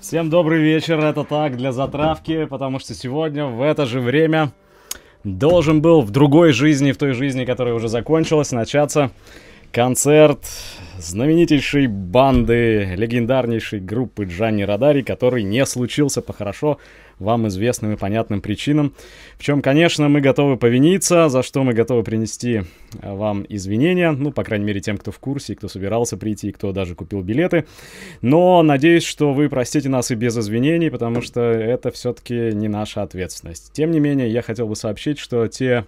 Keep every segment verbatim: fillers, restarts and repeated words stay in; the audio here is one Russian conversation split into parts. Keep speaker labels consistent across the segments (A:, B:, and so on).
A: Всем добрый вечер, это так, для затравки, потому что сегодня в это же время должен был в другой жизни, в той жизни, которая уже закончилась, начаться концерт знаменитейшей банды, легендарнейшей группы Джани Родари, который не случился по хорошо вам известным и понятным причинам. В чем, конечно, мы готовы повиниться, за что мы готовы принести вам извинения, ну, по крайней мере, тем, кто в курсе, кто собирался прийти, кто даже купил билеты. Но надеюсь, что вы простите нас и без извинений, потому что это все-таки не наша ответственность. Тем не менее, я хотел бы сообщить, что те,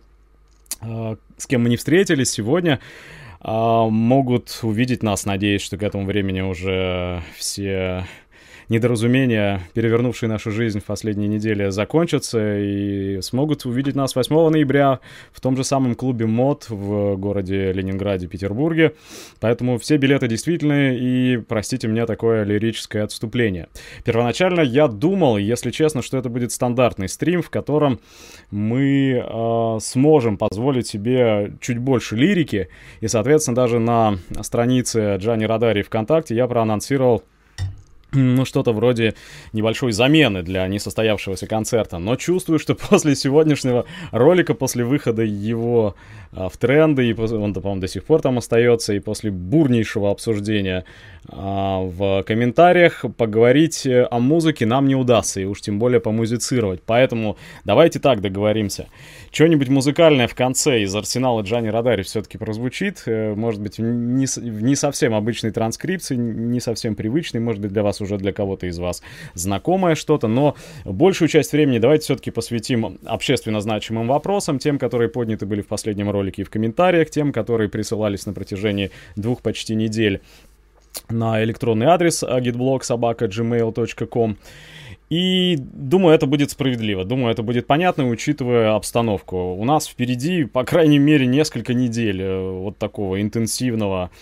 A: с кем мы не встретились сегодня, могут увидеть нас, надеюсь, что к этому времени уже все недоразумения, перевернувшие нашу жизнь в последние недели, закончатся и смогут увидеть нас восьмого ноября в том же самом клубе МОД в городе Ленинграде, Петербурге. Поэтому все билеты действительны, и простите мне такое лирическое отступление. Первоначально я думал, если честно, что это будет стандартный стрим, в котором мы э, сможем позволить себе чуть больше лирики, и, соответственно, даже на странице Джани Родари ВКонтакте я проанонсировал ну, что-то вроде небольшой замены для несостоявшегося концерта. Но чувствую, что после сегодняшнего ролика, после выхода его а, в тренды, и он, по-моему, до сих пор там остается, и после бурнейшего обсуждения а, в комментариях, поговорить о музыке нам не удастся, и уж тем более помузицировать. Поэтому давайте так договоримся. Что-нибудь музыкальное в конце из арсенала Джани Родари все-таки прозвучит. Может быть, в не, в не совсем обычной транскрипции, не совсем привычной, может быть, для вас уже для кого-то из вас знакомое что-то, но большую часть времени давайте все-таки посвятим общественно значимым вопросам, тем, которые подняты были в последнем ролике и в комментариях, тем, которые присылались на протяжении двух почти недель на электронный адрес agitblog собака gmail точка com. И думаю, это будет справедливо, думаю, это будет понятно, учитывая обстановку. У нас впереди, по крайней мере, несколько недель вот такого интенсивного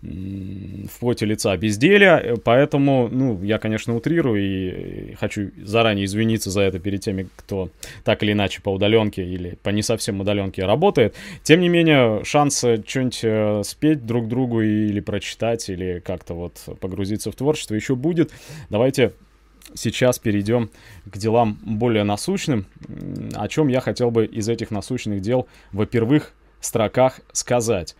A: в поте лица безделья, поэтому, ну, я, конечно, утрирую и хочу заранее извиниться за это перед теми, кто так или иначе по удаленке или по не совсем удаленке работает. Тем не менее, шанс что-нибудь спеть друг другу или прочитать, или как-то вот погрузиться в творчество еще будет. Давайте сейчас перейдем к делам более насущным, о чем я хотел бы из этих насущных дел во первых строках сказать.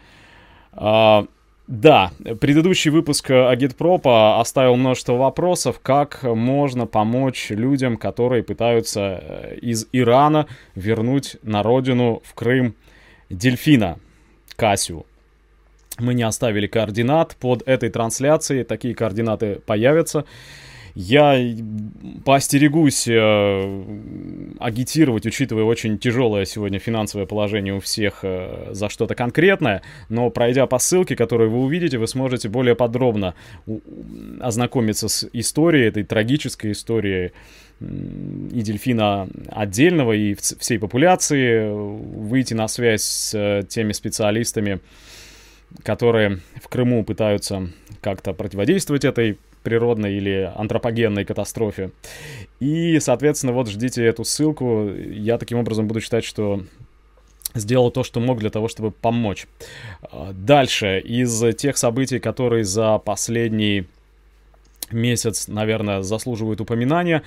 A: Да, предыдущий выпуск Агитпропа оставил множество вопросов, как можно помочь людям, которые пытаются из Ирана вернуть на родину в Крым дельфина Касю. Мы не оставили координат под этой трансляцией, такие координаты появятся. Я поостерегусь э, агитировать, учитывая очень тяжелое сегодня финансовое положение у всех э, за что-то конкретное, но пройдя по ссылке, которую вы увидите, вы сможете более подробно ознакомиться с историей, этой трагической историей и дельфина отдельного, и всей популяции, выйти на связь с теми специалистами, которые в Крыму пытаются как-то противодействовать этой природной или антропогенной катастрофе. И, соответственно, вот ждите эту ссылку. Я таким образом буду считать, что сделал то, что мог для того, чтобы помочь. Дальше, из тех событий, которые за последний месяц, наверное, заслуживают упоминания,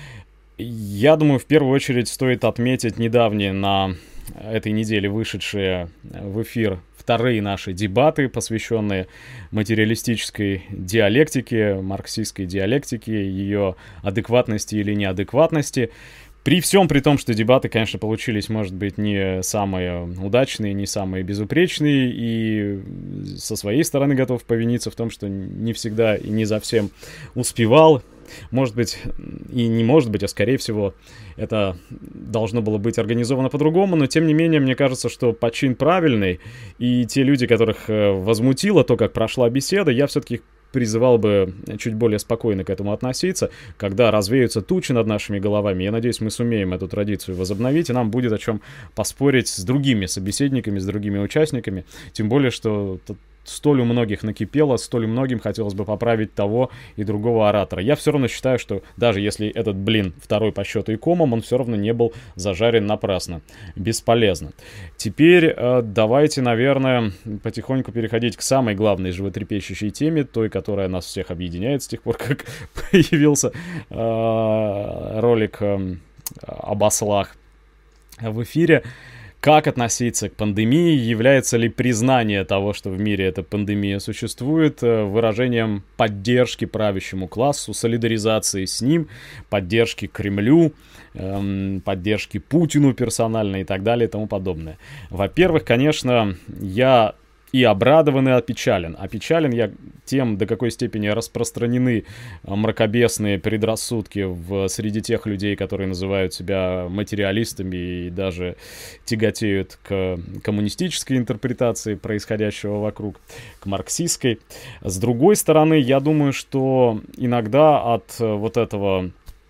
A: я думаю, в первую очередь стоит отметить недавние на этой неделе вышедшие в эфир вторые наши дебаты, посвященные материалистической диалектике, марксистской диалектике, ее адекватности или неадекватности. При всем при том, что дебаты, конечно, получились, может быть, не самые удачные, не самые безупречные, и со своей стороны готов повиниться в том, что не всегда и не за всем успевал. Может быть, и не может быть, а скорее всего, это должно было быть организовано по-другому, но тем не менее, мне кажется, что почин правильный, и те люди, которых возмутило то, как прошла беседа, я все-таки призывал бы чуть более спокойно к этому относиться, когда развеются тучи над нашими головами. Я надеюсь, мы сумеем эту традицию возобновить, и нам будет о чем поспорить с другими собеседниками, с другими участниками, тем более, что столь у многих накипело, столь многим хотелось бы поправить того и другого оратора. Я все равно считаю, что даже если этот блин второй по счету и комом, он все равно не был зажарен напрасно. Бесполезно. Теперь э, давайте, наверное, потихоньку переходить к самой главной животрепещущей теме, той, которая нас всех объединяет с тех пор, как появился э, ролик э, об ослах в эфире. Как относиться к пандемии? Является ли признание того, что в мире эта пандемия существует, выражением поддержки правящему классу, солидаризации с ним, поддержки Кремлю, эм, поддержки Путину персонально и так далее и тому подобное? Во-первых, конечно, я и обрадован, и опечален. Опечален я тем, до какой степени распространены мракобесные предрассудки в, среди тех людей, которые называют себя материалистами и даже тяготеют к коммунистической интерпретации происходящего вокруг, к марксистской. С другой стороны, я думаю, что иногда от вот этого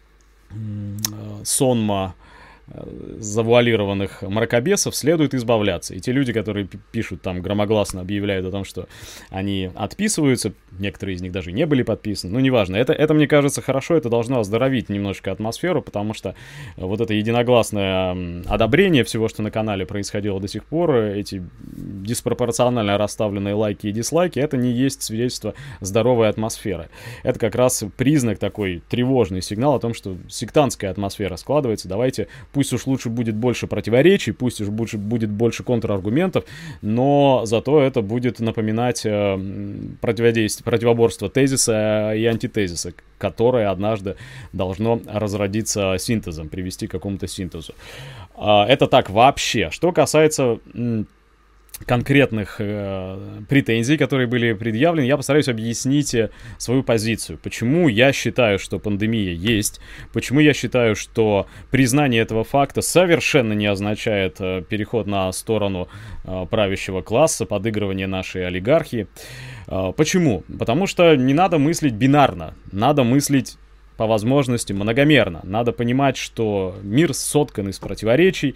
A: сонма завуалированных мракобесов следует избавляться. И те люди, которые пишут там, громогласно объявляют о том, что они отписываются, некоторые из них даже не были подписаны, ну, неважно. Это, это, мне кажется, хорошо, это должно оздоровить немножко атмосферу, потому что вот это единогласное одобрение всего, что на канале происходило до сих пор, эти диспропорционально расставленные лайки и дизлайки, это не есть свидетельство здоровой атмосферы. Это как раз признак, такой тревожный сигнал о том, что сектантская атмосфера складывается. Давайте, пусть уж лучше будет больше противоречий, пусть уж больше, будет больше контраргументов, но зато это будет напоминать э, противодействие, противоборство тезиса и антитезиса, которое однажды должно разродиться синтезом, привести к какому-то синтезу. Э, это так вообще. Что касается м, конкретных э, претензий, которые были предъявлены, я постараюсь объяснить свою позицию. Почему я считаю, что пандемия есть, почему я считаю, что признание этого факта совершенно не означает э, переход на сторону э, правящего класса, подыгрывание нашей олигархии. Э, почему? Потому что не надо мыслить бинарно, надо мыслить по возможности многомерно. Надо понимать, что мир соткан из противоречий,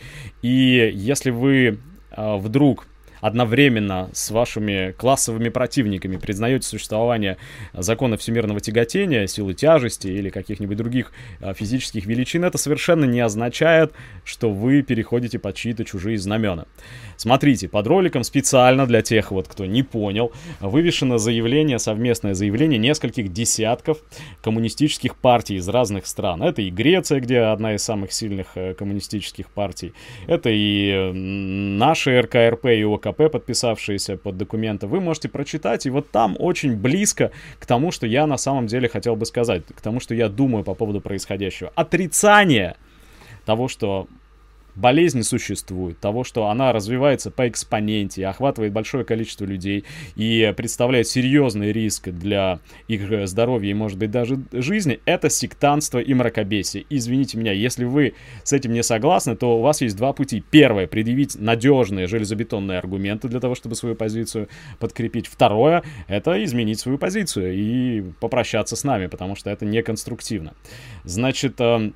A: и если вы э, вдруг одновременно с вашими классовыми противниками признаете существование закона всемирного тяготения, силы тяжести или каких-нибудь других а, физических величин, это совершенно не означает, что вы переходите под чьи-то чужие знамена. Смотрите, под роликом специально для тех, вот, кто не понял, вывешено заявление, совместное заявление нескольких десятков коммунистических партий из разных стран. Это и Греция, где одна из самых сильных э, коммунистических партий. Это и э, наши эр ка эр пэ и о ка пэ, подписавшиеся под документы. Вы можете прочитать, и вот там очень близко к тому, что я на самом деле хотел бы сказать, к тому, что я думаю по поводу происходящего. Отрицание того, что болезнь существует, того, что она развивается по экспоненте, охватывает большое количество людей и представляет серьезный риск для их здоровья и, может быть, даже жизни, это сектантство и мракобесие. Извините меня, если вы с этим не согласны, то у вас есть два пути. Первое — предъявить надежные железобетонные аргументы для того, чтобы свою позицию подкрепить. Второе — это изменить свою позицию и попрощаться с нами, потому что это неконструктивно. Значит,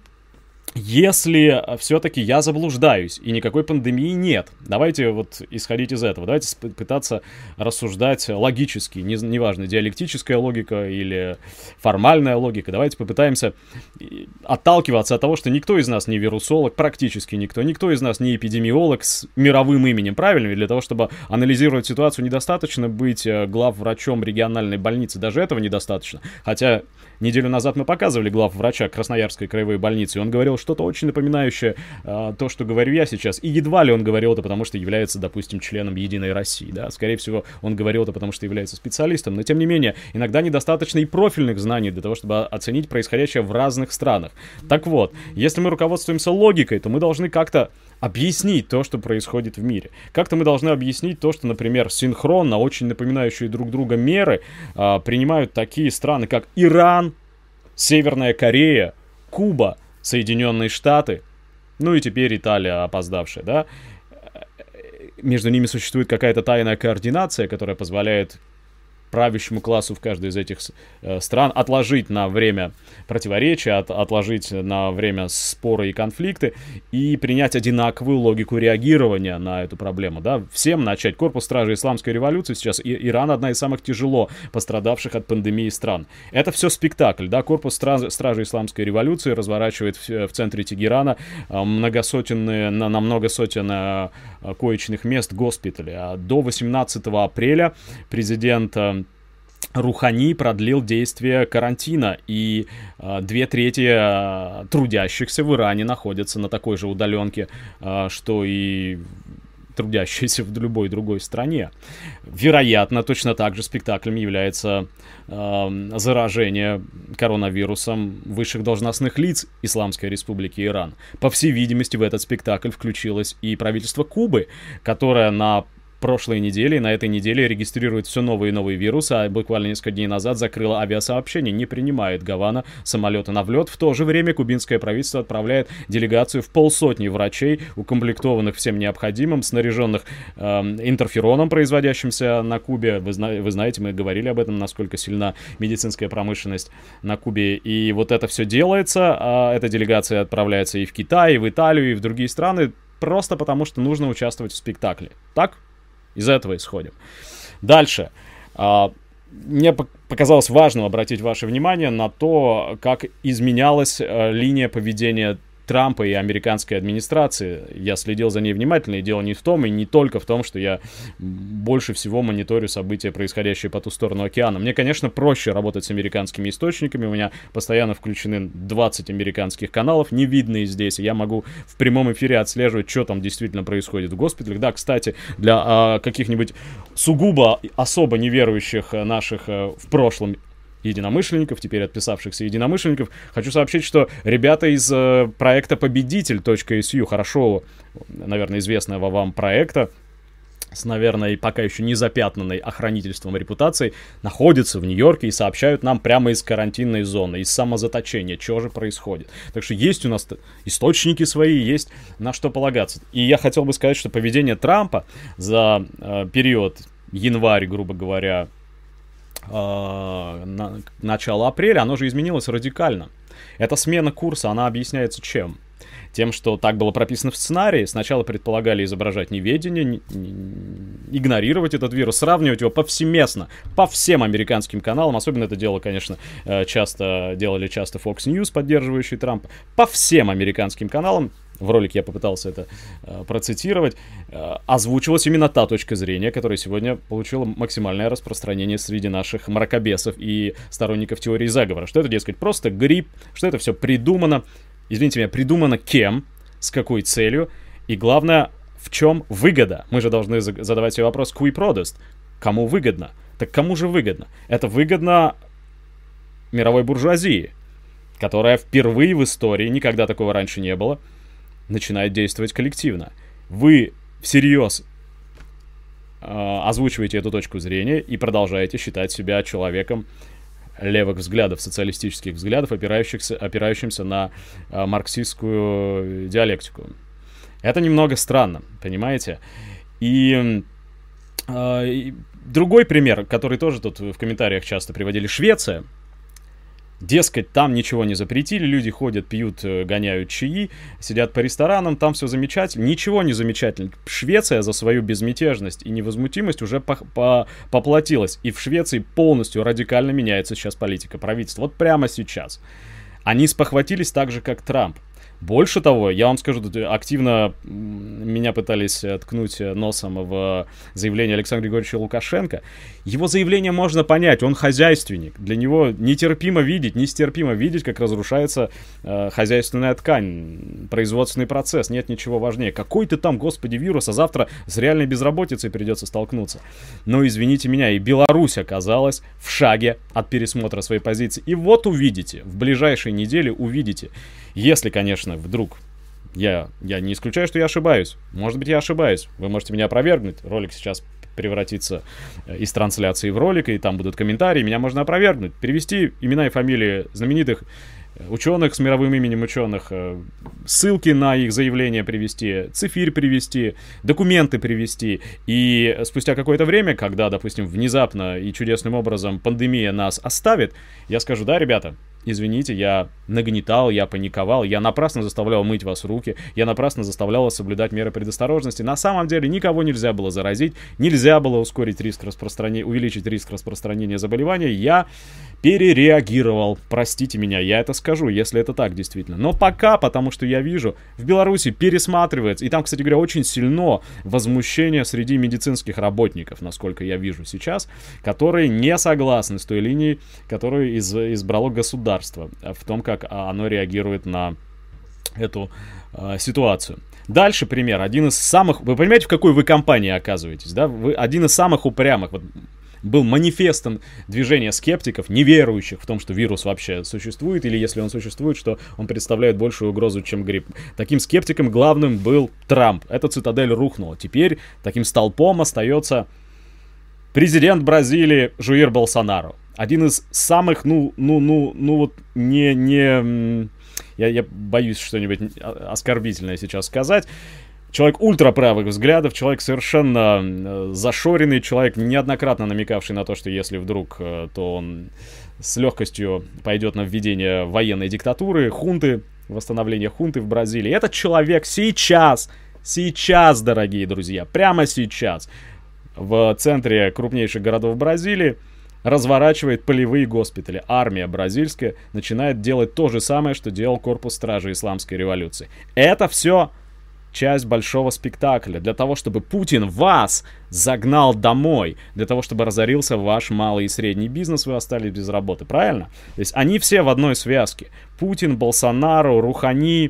A: если все-таки я заблуждаюсь и никакой пандемии нет, давайте вот исходить из этого, давайте пытаться рассуждать логически, не, неважно, диалектическая логика или формальная логика, давайте попытаемся отталкиваться от того, что никто из нас не вирусолог, практически никто, никто из нас не эпидемиолог с мировым именем, правильно? Ведь для того, чтобы анализировать ситуацию, недостаточно быть главврачом региональной больницы, даже этого недостаточно, хотя неделю назад мы показывали главврача Красноярской краевой больницы, и он говорил что-то очень напоминающее э, то, что говорю я сейчас, и едва ли он говорил это потому, что является, допустим, членом Единой России, да, скорее всего, он говорил это потому, что является специалистом, но, тем не менее, иногда недостаточно и профильных знаний для того, чтобы оценить происходящее в разных странах. Так вот, если мы руководствуемся логикой, то мы должны как-то объяснить то, что происходит в мире. Как-то мы должны объяснить то, что, например, синхронно, очень напоминающие друг друга меры э, принимают такие страны, как Иран, Северная Корея, Куба, Соединенные Штаты, ну и теперь Италия опоздавшая, да. Между ними существует какая-то тайная координация, которая позволяет правящему классу в каждой из этих э, стран отложить на время противоречия, от, отложить на время споры и конфликты и принять одинаковую логику реагирования на эту проблему, да, всем начать. Корпус стражей исламской революции сейчас, и, Иран одна из самых тяжело пострадавших от пандемии стран. Это все спектакль, да, корпус страж, стражей исламской революции разворачивает в, в центре Тегерана э, многосотенные, на, на много сотен э, коечных мест госпитали. А до восемнадцатого апреля президент э, Рухани продлил действие карантина, и э, две трети э, трудящихся в Иране находятся на такой же удаленке, э, что и трудящиеся в любой другой стране. Вероятно, точно так же спектаклем является э, заражение коронавирусом высших должностных лиц Исламской Республики Иран. По всей видимости, в этот спектакль включилось и правительство Кубы, которое на прошлой неделе и на этой неделе регистрирует все новые и новые вирусы, а буквально несколько дней назад закрыла авиасообщение, не принимает Гавана самолеты на влет. В то же время кубинское правительство отправляет делегацию в полсотни врачей, укомплектованных всем необходимым, снаряженных э, интерфероном, производящимся на Кубе. Вы, зна- вы знаете, мы говорили об этом, насколько сильна медицинская промышленность на Кубе. И вот это все делается, а эта делегация отправляется и в Китай, и в Италию, и в другие страны, просто потому что нужно участвовать в спектакле. Так? Из этого исходим. Дальше. Мне показалось важным обратить ваше внимание на то, как изменялась линия поведения Трампа и американской администрации. Я следил за ней внимательно, и дело не в том, и не только в том, что я больше всего мониторю события, происходящие по ту сторону океана. Мне, конечно, проще работать с американскими источниками, у меня постоянно включены двадцать американских каналов, не видные здесь, и я могу в прямом эфире отслеживать, что там действительно происходит в госпиталях. Да, кстати, для а, каких-нибудь сугубо особо неверующих наших а, в прошлом единомышленников, теперь отписавшихся единомышленников, хочу сообщить, что ребята из э, проекта победитель точка эс ю, хорошо, наверное, известного вам проекта, с, наверное, пока еще не запятнанной охранительством репутацией, находятся в Нью-Йорке и сообщают нам прямо из карантинной зоны, из самозаточения, что же происходит. Так что есть у нас источники свои, есть на что полагаться. И я хотел бы сказать, что поведение Трампа за э, период январь, грубо говоря, на начало апреля, оно же изменилось радикально. Эта смена курса, она объясняется чем? Тем, что так было прописано в сценарии. Сначала предполагали изображать неведение, не, не, игнорировать этот вирус, сравнивать его повсеместно, по всем американским каналам. Особенно это дело, конечно, часто делали часто Fox News, поддерживающий Трампа. По всем американским каналам, в ролике я попытался это э, процитировать, э, озвучивалась именно та точка зрения, которая сегодня получила максимальное распространение среди наших мракобесов и сторонников теории заговора. Что это, дескать, просто грипп, что это все придумано. Извините меня, придумано кем, с какой целью, и главное, в чем выгода. Мы же должны задавать себе вопрос, cui prodest, кому выгодно? Так кому же выгодно? Это выгодно мировой буржуазии, которая впервые в истории, никогда такого раньше не было, начинает действовать коллективно. Вы всерьез э, озвучиваете эту точку зрения и продолжаете считать себя человеком левых взглядов, социалистических взглядов, опирающихся, опирающимся на э, марксистскую диалектику. Это немного странно, понимаете? И, э, и другой пример, который тоже тут в комментариях часто приводили, Швеция. Дескать, там ничего не запретили, люди ходят, пьют, гоняют чаи, сидят по ресторанам, там все замечательно. Ничего не замечательно. Швеция за свою безмятежность и невозмутимость уже по по поплатилась. И в Швеции полностью радикально меняется сейчас политика правительства. Вот прямо сейчас. Они спохватились так же, как Трамп. Больше того, я вам скажу, активно меня пытались ткнуть носом в заявление Александра Григорьевича Лукашенко. Его заявление можно понять, он хозяйственник. Для него нетерпимо видеть, нестерпимо видеть, как разрушается э, хозяйственная ткань, производственный процесс. Нет ничего важнее. Какой ты там, господи, вирус, а завтра с реальной безработицей придется столкнуться. Но, извините меня, и Беларусь оказалась в шаге от пересмотра своей позиции. И вот увидите, в ближайшие недели увидите, если, конечно, вдруг, я, я не исключаю, что я ошибаюсь. Может быть, я ошибаюсь. Вы можете меня опровергнуть. Ролик сейчас превратится из трансляции в ролик, и там будут комментарии. Меня можно опровергнуть. Перевести имена и фамилии знаменитых ученых с мировым именем ученых, ссылки на их заявления привести, цифирь привести, документы привести. И спустя какое-то время, когда, допустим, внезапно и чудесным образом пандемия нас оставит, я скажу: да, ребята, извините, я нагнетал, я паниковал, я напрасно заставлял мыть вас руки, я напрасно заставлял вас соблюдать меры предосторожности. На самом деле никого нельзя было заразить, нельзя было ускорить риск распространения, увеличить риск распространения заболевания. Я перереагировал. Простите меня, я это скажу, если это так действительно. Но пока, потому что я вижу, в Беларуси пересматривается, и там, кстати говоря, очень сильно возмущение среди медицинских работников, насколько я вижу сейчас, которые не согласны с той линией, которую из, избрало государство в том, как оно реагирует на эту э, ситуацию. Дальше пример. Один из самых... Вы понимаете, в какой вы компании оказываетесь, да? Вы один из самых упрямых. Вот, был манифестом движения скептиков, неверующих в том, что вирус вообще существует, или если он существует, что он представляет большую угрозу, чем грипп. Таким скептиком главным был Трамп. Эта цитадель рухнула. Теперь таким столпом остается президент Бразилии Жуир Болсонaro. Один из самых, ну, ну, ну, ну вот не, не, я, я боюсь что-нибудь оскорбительное сейчас сказать. Человек ультраправых взглядов, человек совершенно зашоренный, человек, неоднократно намекавший на то, что если вдруг, то он с легкостью пойдет на введение военной диктатуры, хунты, восстановление хунты в Бразилии. Этот человек сейчас, сейчас, дорогие друзья, прямо сейчас в центре крупнейших городов Бразилии разворачивает полевые госпитали. Армия бразильская начинает делать то же самое, что делал корпус стражи исламской революции. Это все часть большого спектакля. Для того, чтобы Путин вас загнал домой. Для того, чтобы разорился ваш малый и средний бизнес, вы остались без работы. Правильно? То есть они все в одной связке. Путин, Болсонaro, Рухани,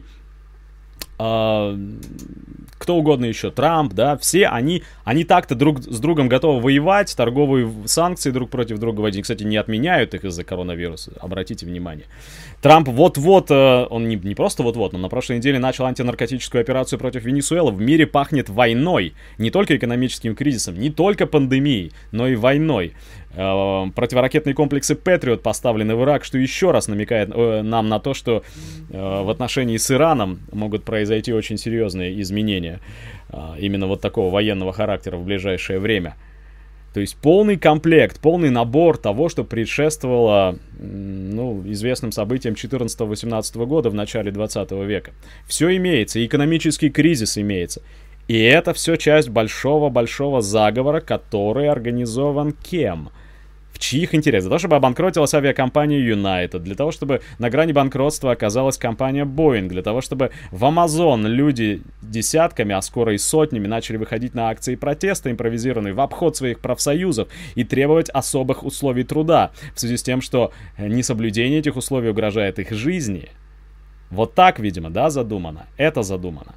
A: Uh, кто угодно еще, Трамп, да, все они, они так-то друг с другом готовы воевать, торговые санкции друг против друга вводить. Кстати, не отменяют их из-за коронавируса, обратите внимание. Трамп вот-вот, uh, он не, не просто вот-вот, но на прошлой неделе начал антинаркотическую операцию против Венесуэлы. В мире пахнет войной, не только экономическим кризисом, не только пандемией, но и войной. Uh, противоракетные комплексы Патриот поставлены в Ирак, что еще раз намекает uh, нам на то, что uh, в отношении с Ираном могут произойти очень серьезные изменения uh, именно вот такого военного характера в ближайшее время. То есть полный комплект, полный набор того, что предшествовало ну, известным событиям четырнадцатого-восемнадцатого года в начале двадцатого века. Все имеется, и экономический кризис имеется. И это все часть большого-большого заговора, который организован кем? В чьих интересах? Для того, чтобы обанкротилась авиакомпания United, для того, чтобы на грани банкротства оказалась компания Boeing, для того, чтобы в Amazon люди десятками, а скоро и сотнями начали выходить на акции протеста, импровизированные в обход своих профсоюзов и требовать особых условий труда, в связи с тем, что несоблюдение этих условий угрожает их жизни. Вот так, видимо, да, задумано. Это задумано.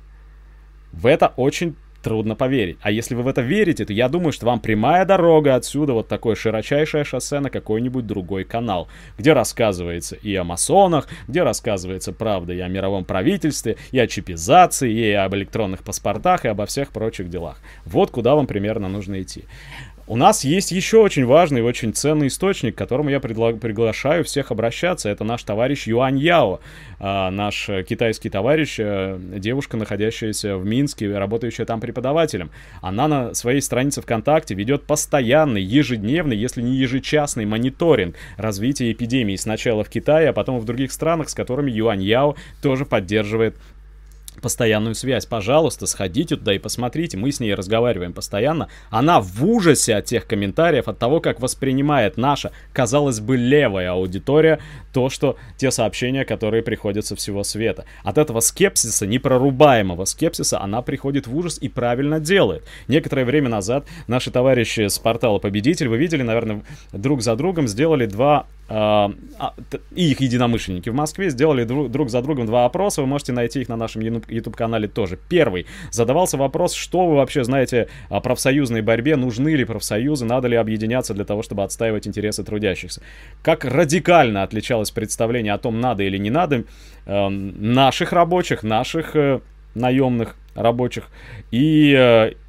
A: В это очень трудно поверить. А если вы в это верите, то я думаю, что вам прямая дорога отсюда, вот такое широчайшее шоссе на какой-нибудь другой канал, где рассказывается и о масонах, где рассказывается правда и о мировом правительстве, и о чипизации, и об электронных паспортах, и обо всех прочих делах. Вот куда вам примерно нужно идти. У нас есть еще очень важный и очень ценный источник, к которому я предла- приглашаю всех обращаться. Это наш товарищ Юань Яо, э, наш китайский товарищ, э, девушка, находящаяся в Минске, работающая там преподавателем. Она на своей странице ВКонтакте ведет постоянный, ежедневный, если не ежечасный мониторинг развития эпидемии сначала в Китае, а потом в других странах, с которыми Юань Яо тоже поддерживает постоянную связь. Пожалуйста, сходите туда и посмотрите. Мы с ней разговариваем постоянно. Она в ужасе от тех комментариев, от того, как воспринимает наша, казалось бы, левая аудитория то, что те сообщения, которые приходят со всего света. От этого скепсиса, непрорубаемого скепсиса, она приходит в ужас и правильно делает. Некоторое время назад наши товарищи с портала Победитель, вы видели, наверное, друг за другом сделали два Uh, и их единомышленники в Москве сделали друг, друг за другом два опроса. Вы можете найти их на нашем YouTube-канале тоже. Первый. Задавался вопрос, что вы вообще знаете о профсоюзной борьбе, нужны ли профсоюзы, надо ли объединяться для того, чтобы отстаивать интересы трудящихся. Как радикально отличалось представление о том, надо или не надо э, наших рабочих, наших э, наемных рабочих и... Э,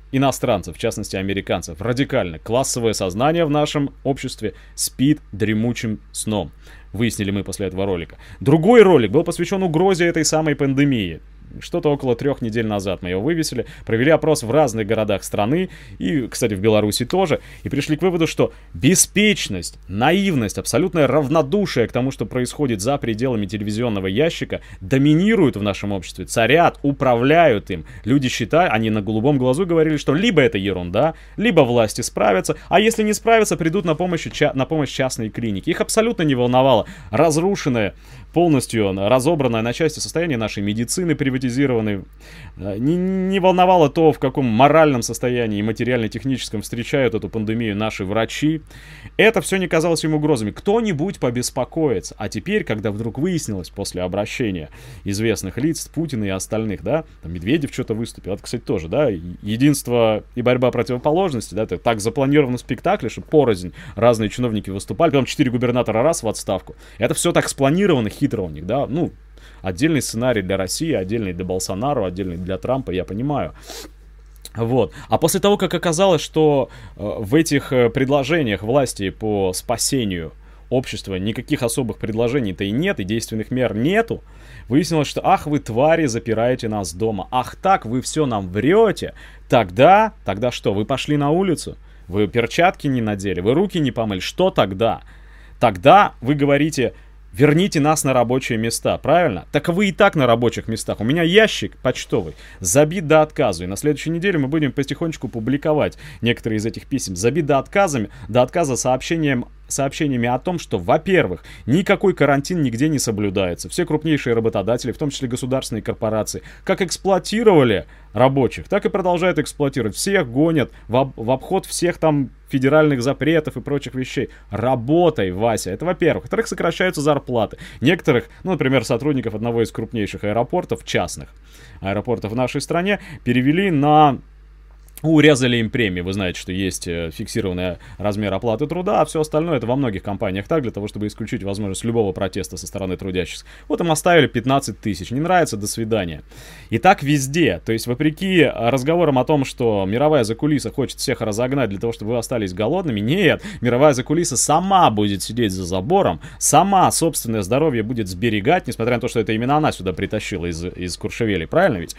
A: иностранцев, в частности американцев, радикально. Классовое сознание в нашем обществе спит дремучим сном. Выяснили мы после этого ролика. Другой ролик был посвящен угрозе этой самой пандемии. Что-то около трех недель назад мы его вывесили, провели опрос в разных городах страны, и, кстати, в Беларуси тоже, и пришли к выводу, что беспечность, наивность, абсолютное равнодушие к тому, что происходит за пределами телевизионного ящика, доминируют в нашем обществе, царят, управляют им. Люди считают, они на голубом глазу говорили, что либо это ерунда, либо власти справятся, а если не справятся, придут на помощь, на помощь частные клиники. Их абсолютно не волновало разрушенное, полностью разобранное на части состояние нашей медицины, приватизированной. Не, не волновало то, в каком моральном состоянии и материально-техническом встречают эту пандемию наши врачи. Это все не казалось им угрозами. Кто-нибудь побеспокоится. А теперь, когда вдруг выяснилось после обращения известных лиц, Путина и остальных, да, там Медведев что-то выступил, это, кстати, тоже, да, единство и борьба противоположности, да, это так запланировано в спектакле, что порознь разные чиновники выступали, потом четыре губернатора раз в отставку. Это все так спланировано, хитро у них, да, ну, отдельный сценарий для России, отдельный для Болсонaro, отдельный для Трампа, я понимаю. Вот. А после того, как оказалось, что э, в этих э, предложениях власти по спасению общества никаких особых предложений-то и нет, и действенных мер нету, выяснилось, что ах, вы твари, запираете нас дома, ах так, вы все нам врете, тогда, тогда что, вы пошли на улицу, вы перчатки не надели, вы руки не помыли, что тогда? Тогда вы говорите... Верните нас на рабочие места, правильно? Так вы и так на рабочих местах. У меня ящик почтовый забит до отказа. И на следующей неделе мы будем потихонечку публиковать некоторые из этих писем. Забит до отказа, до отказа сообщением, сообщениями о том, что, во-первых, никакой карантин нигде не соблюдается. Все крупнейшие работодатели, в том числе государственные корпорации, как эксплуатировали рабочих, так и продолжают эксплуатировать. Всех гонят в, об, в обход всех там федеральных запретов и прочих вещей. Работай, Вася. Это во-первых. Во-вторых, сокращаются зарплаты. Некоторых, ну, например, сотрудников одного из крупнейших аэропортов, частных аэропортов в нашей стране, перевели на... Урезали им премии. Вы знаете, что есть фиксированный размер оплаты труда, а все остальное это во многих компаниях так, для того, чтобы исключить возможность любого протеста со стороны трудящихся. Вот им оставили пятнадцать тысяч. Не нравится, до свидания. И так везде. То есть, вопреки разговорам о том, что мировая закулиса хочет всех разогнать для того, чтобы вы остались голодными, нет. Мировая закулиса сама будет сидеть за забором, сама собственное здоровье будет сберегать, несмотря на то, что это именно она сюда притащила из, из Куршевели. Правильно ведь?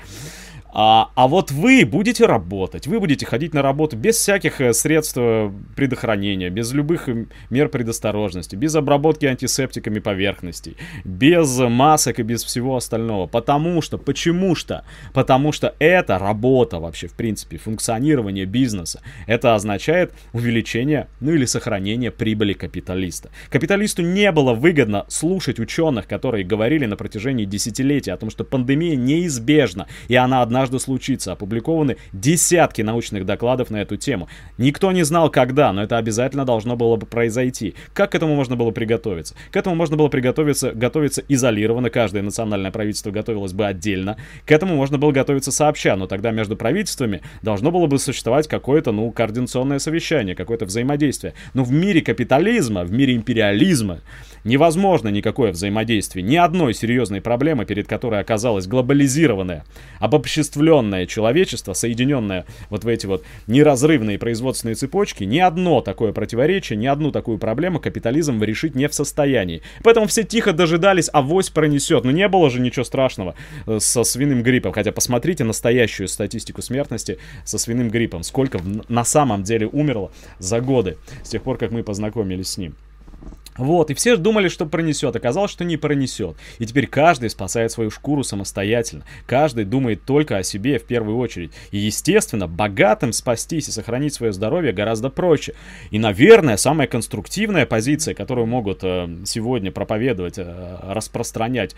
A: А, а вот вы будете работать, вы будете ходить на работу без всяких средств предохранения, без любых мер предосторожности, без обработки антисептиками поверхностей, без масок и без всего остального. Потому что, почему что? Потому что это работа вообще, в принципе, функционирование бизнеса. Это означает увеличение, ну или сохранение прибыли капиталиста. Капиталисту не было выгодно слушать ученых, которые говорили на протяжении десятилетий о том, что пандемия неизбежна, и она одна однажды случится. Опубликованы десятки научных докладов на эту тему. Никто не знал, когда, но это обязательно должно было бы произойти. Как к этому можно было приготовиться? К этому можно было приготовиться, готовиться изолированно. Каждое национальное правительство готовилось бы отдельно. К этому можно было готовиться сообща, но тогда между правительствами должно было бы существовать какое-то, ну, координационное совещание, какое-то взаимодействие. Но в мире капитализма, в мире империализма невозможно никакое взаимодействие. Ни одной серьезной проблемы, перед которой оказалось глобализированное, обобществленное человечество, соединенное вот в эти вот неразрывные производственные цепочки, ни одно такое противоречие, ни одну такую проблему капитализм решить не в состоянии. Поэтому все тихо дожидались, авось пронесет. Но не было же ничего страшного со свиным гриппом. Хотя посмотрите настоящую статистику смертности со свиным гриппом. Сколько на самом деле умерло за годы, с тех пор, как мы познакомились с ним. Вот, и все думали, что пронесет. Оказалось, что не пронесет. И теперь каждый спасает свою шкуру самостоятельно. Каждый думает только о себе в первую очередь. И, естественно, богатым спастись и сохранить свое здоровье гораздо проще. И, наверное, самая конструктивная позиция, которую могут э, сегодня проповедовать, э, распространять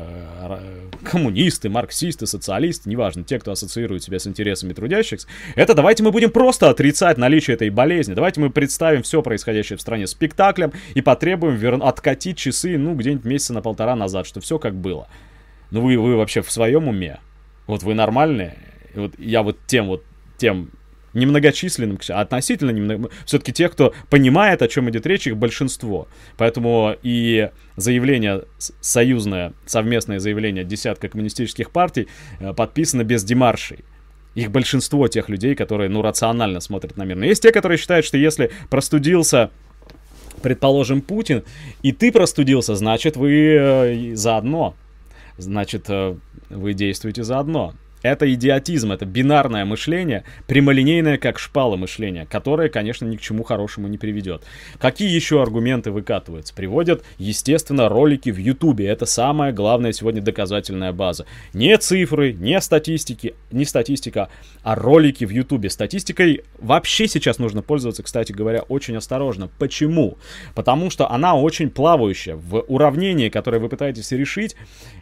A: э, коммунисты, марксисты, социалисты, неважно, те, кто ассоциирует себя с интересами трудящихся, это давайте мы будем просто отрицать наличие этой болезни. Давайте мы представим все происходящее в стране спектаклем и потребуем Требуем откатить часы, ну, где-нибудь месяца на полтора назад, что все как было. Ну, вы, вы вообще в своем уме? Вот вы нормальные? Вот я вот тем вот, тем немногочисленным, относительно немного, все-таки тех, кто понимает, о чем идет речь, их большинство. Поэтому и заявление союзное, совместное заявление десятка коммунистических партий подписано без демаршей. Их большинство тех людей, которые, ну, рационально смотрят на мир. Но есть те, которые считают, что если простудился, предположим, Путин, и ты простудился, значит, вы э, заодно. Значит, э, вы действуете заодно. Это идиотизм, это бинарное мышление, прямолинейное, как шпала мышления, которое, конечно, ни к чему хорошему не приведет. Какие еще аргументы выкатываются? Приводят, естественно, ролики в Ютубе. Это самая главная сегодня доказательная база. Не цифры, не статистики, не статистика, а ролики в Ютубе. Статистикой вообще сейчас нужно пользоваться, кстати говоря, очень осторожно. Почему? Потому что она очень плавающая. В уравнении, которое вы пытаетесь решить,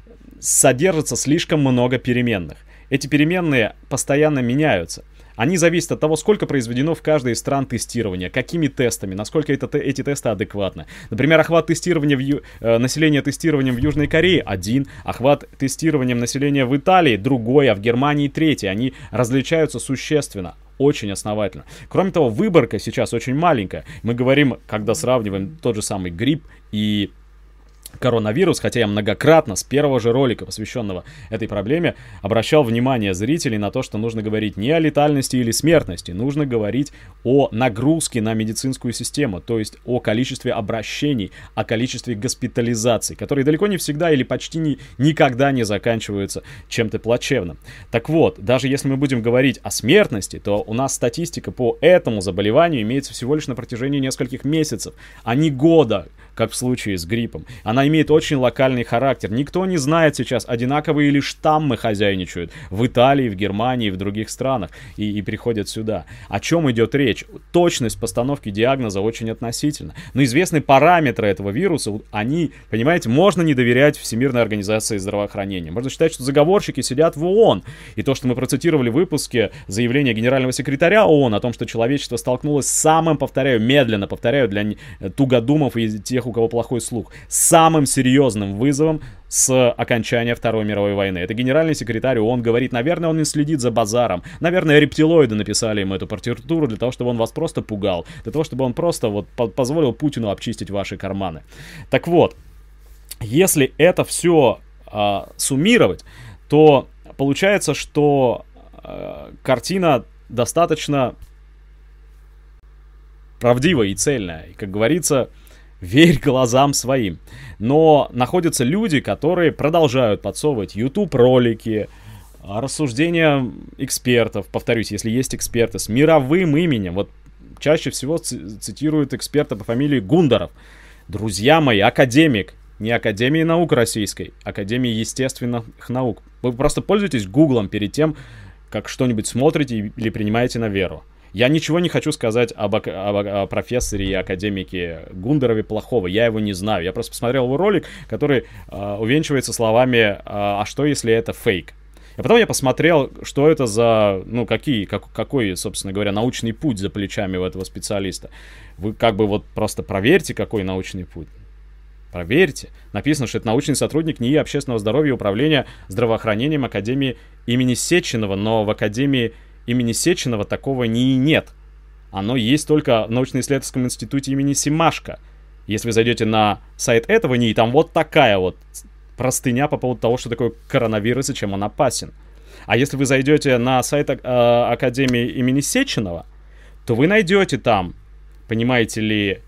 A: содержится слишком много переменных. Эти переменные постоянно меняются. Они зависят от того, сколько произведено в каждой из стран тестирования, какими тестами, насколько это, эти тесты адекватны. Например, охват тестирования в ю... э, населения тестированием в Южной Корее один, охват тестированием населения в Италии другой, а в Германии третий. Они различаются существенно. Очень основательно. Кроме того, выборка сейчас очень маленькая. Мы говорим, когда сравниваем тот же самый грипп и коронавирус, хотя я многократно с первого же ролика, посвященного этой проблеме, обращал внимание зрителей на то, что нужно говорить не о летальности или смертности, нужно говорить о нагрузке на медицинскую систему, то есть о количестве обращений, о количестве госпитализаций, которые далеко не всегда или почти не, никогда не заканчиваются чем-то плачевным. Так вот, даже если мы будем говорить о смертности, то у нас статистика по этому заболеванию имеется всего лишь на протяжении нескольких месяцев, а не года, как в случае с гриппом. Она имеет очень локальный характер. Никто не знает сейчас, одинаковые ли штаммы хозяйничают в Италии, в Германии, в других странах и, и приходят сюда. О чем идет речь? Точность постановки диагноза очень относительна. Но известны параметры этого вируса, они, понимаете, можно не доверять Всемирной организации здравоохранения. Можно считать, что заговорщики сидят в ООН. И то, что мы процитировали в выпуске заявления генерального секретаря ООН о том, что человечество столкнулось с самым, повторяю, медленно повторяю для тугодумов и тех, у кого плохой слух, самым серьезным вызовом с окончания Второй мировой войны. Это генеральный секретарь ООН говорит, наверное, он не следит за базаром. Наверное, рептилоиды написали ему эту партитуру для того, чтобы он вас просто пугал. Для того, чтобы он просто вот позволил Путину обчистить ваши карманы. Так вот, если это все э, суммировать, то получается, что э, картина достаточно правдивая и цельная. И, как говорится, верь глазам своим. Но находятся люди, которые продолжают подсовывать YouTube-ролики, рассуждения экспертов, повторюсь, если есть эксперты, с мировым именем. Вот чаще всего цитируют эксперта по фамилии Гундаров. Друзья мои, академик. Не Академии наук российской, Академии естественных наук. Вы просто пользуетесь Гуглом перед тем, как что-нибудь смотрите или принимаете на веру. Я ничего не хочу сказать об, об, об профессоре и академике Гундарове плохого. Я его не знаю. Я просто посмотрел его ролик, который э, увенчивается словами «А что, если это фейк?». А потом я посмотрел, что это за, ну, какие, как, какой, собственно говоря, научный путь за плечами у этого специалиста. Вы как бы вот просто проверьте, какой научный путь. Проверьте. Написано, что это научный сотрудник НИИ общественного здоровья и управления здравоохранением Академии имени Сеченова, но в Академии имени Сеченова такого НИИ нет. Оно есть только в научно-исследовательском институте имени Семашко. Если вы зайдете на сайт этого НИИ, там вот такая вот простыня по поводу того, что такое коронавирус и чем он опасен. А если вы зайдете на сайт э, Академии имени Сеченова, то вы найдете там, понимаете ли,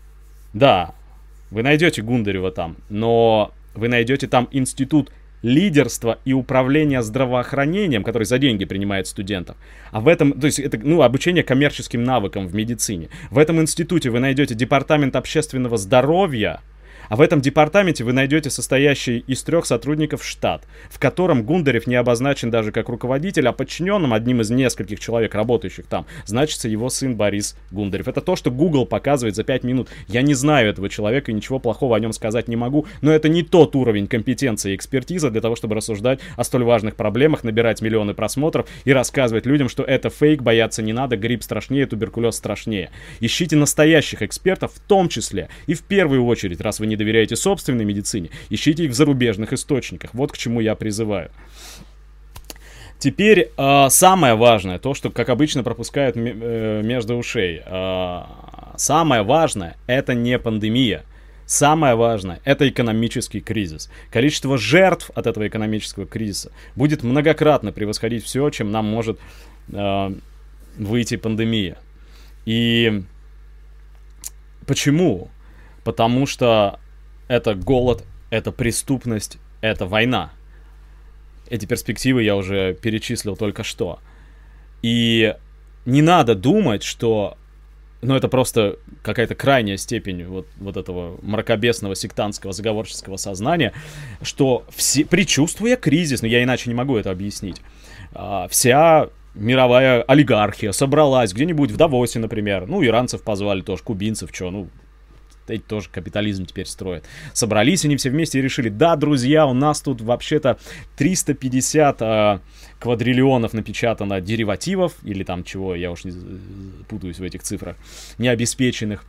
A: да, вы найдете Гундарева там, но вы найдете там институт лидерства и управления здравоохранением, который за деньги принимает студентов. А в этом, то есть это, ну, обучение коммерческим навыкам в медицине. В этом институте вы найдете департамент общественного здоровья, а в этом департаменте вы найдете состоящий из трех сотрудников штат, в котором Гундарев не обозначен даже как руководитель, а подчиненным, одним из нескольких человек, работающих там, значится его сын Борис Гундарев. Это то, что Google показывает за пять минут. Я не знаю этого человека и ничего плохого о нем сказать не могу, но это не тот уровень компетенции и экспертизы для того, чтобы рассуждать о столь важных проблемах, набирать миллионы просмотров и рассказывать людям, что это фейк, бояться не надо, грипп страшнее, туберкулез страшнее. Ищите настоящих экспертов, в том числе и в первую очередь, раз вы не доверяете собственной медицине, ищите их в зарубежных источниках. Вот к чему я призываю. Теперь э, самое важное, то, что, как обычно, пропускают м- э, между ушей. Э, самое важное — это не пандемия. самое важное — это экономический кризис. Количество жертв от этого экономического кризиса будет многократно превосходить все, чем нам может э, выйти пандемия. И почему? Потому что это голод, это преступность, это война. Эти перспективы я уже перечислил только что. И не надо думать, что... Ну, это просто какая-то крайняя степень вот, вот этого мракобесного, сектантского, заговорческого сознания, что все, предчувствуя кризис, ну, я иначе не могу это объяснить, вся мировая олигархия собралась где-нибудь в Давосе, например, ну, иранцев позвали тоже, кубинцев, что, ну, эти тоже капитализм теперь строят. Собрались они все вместе и решили: да, друзья, у нас тут вообще-то триста пятьдесят э, квадриллионов напечатано деривативов, или там чего, я уж не путаюсь в этих цифрах, не обеспеченных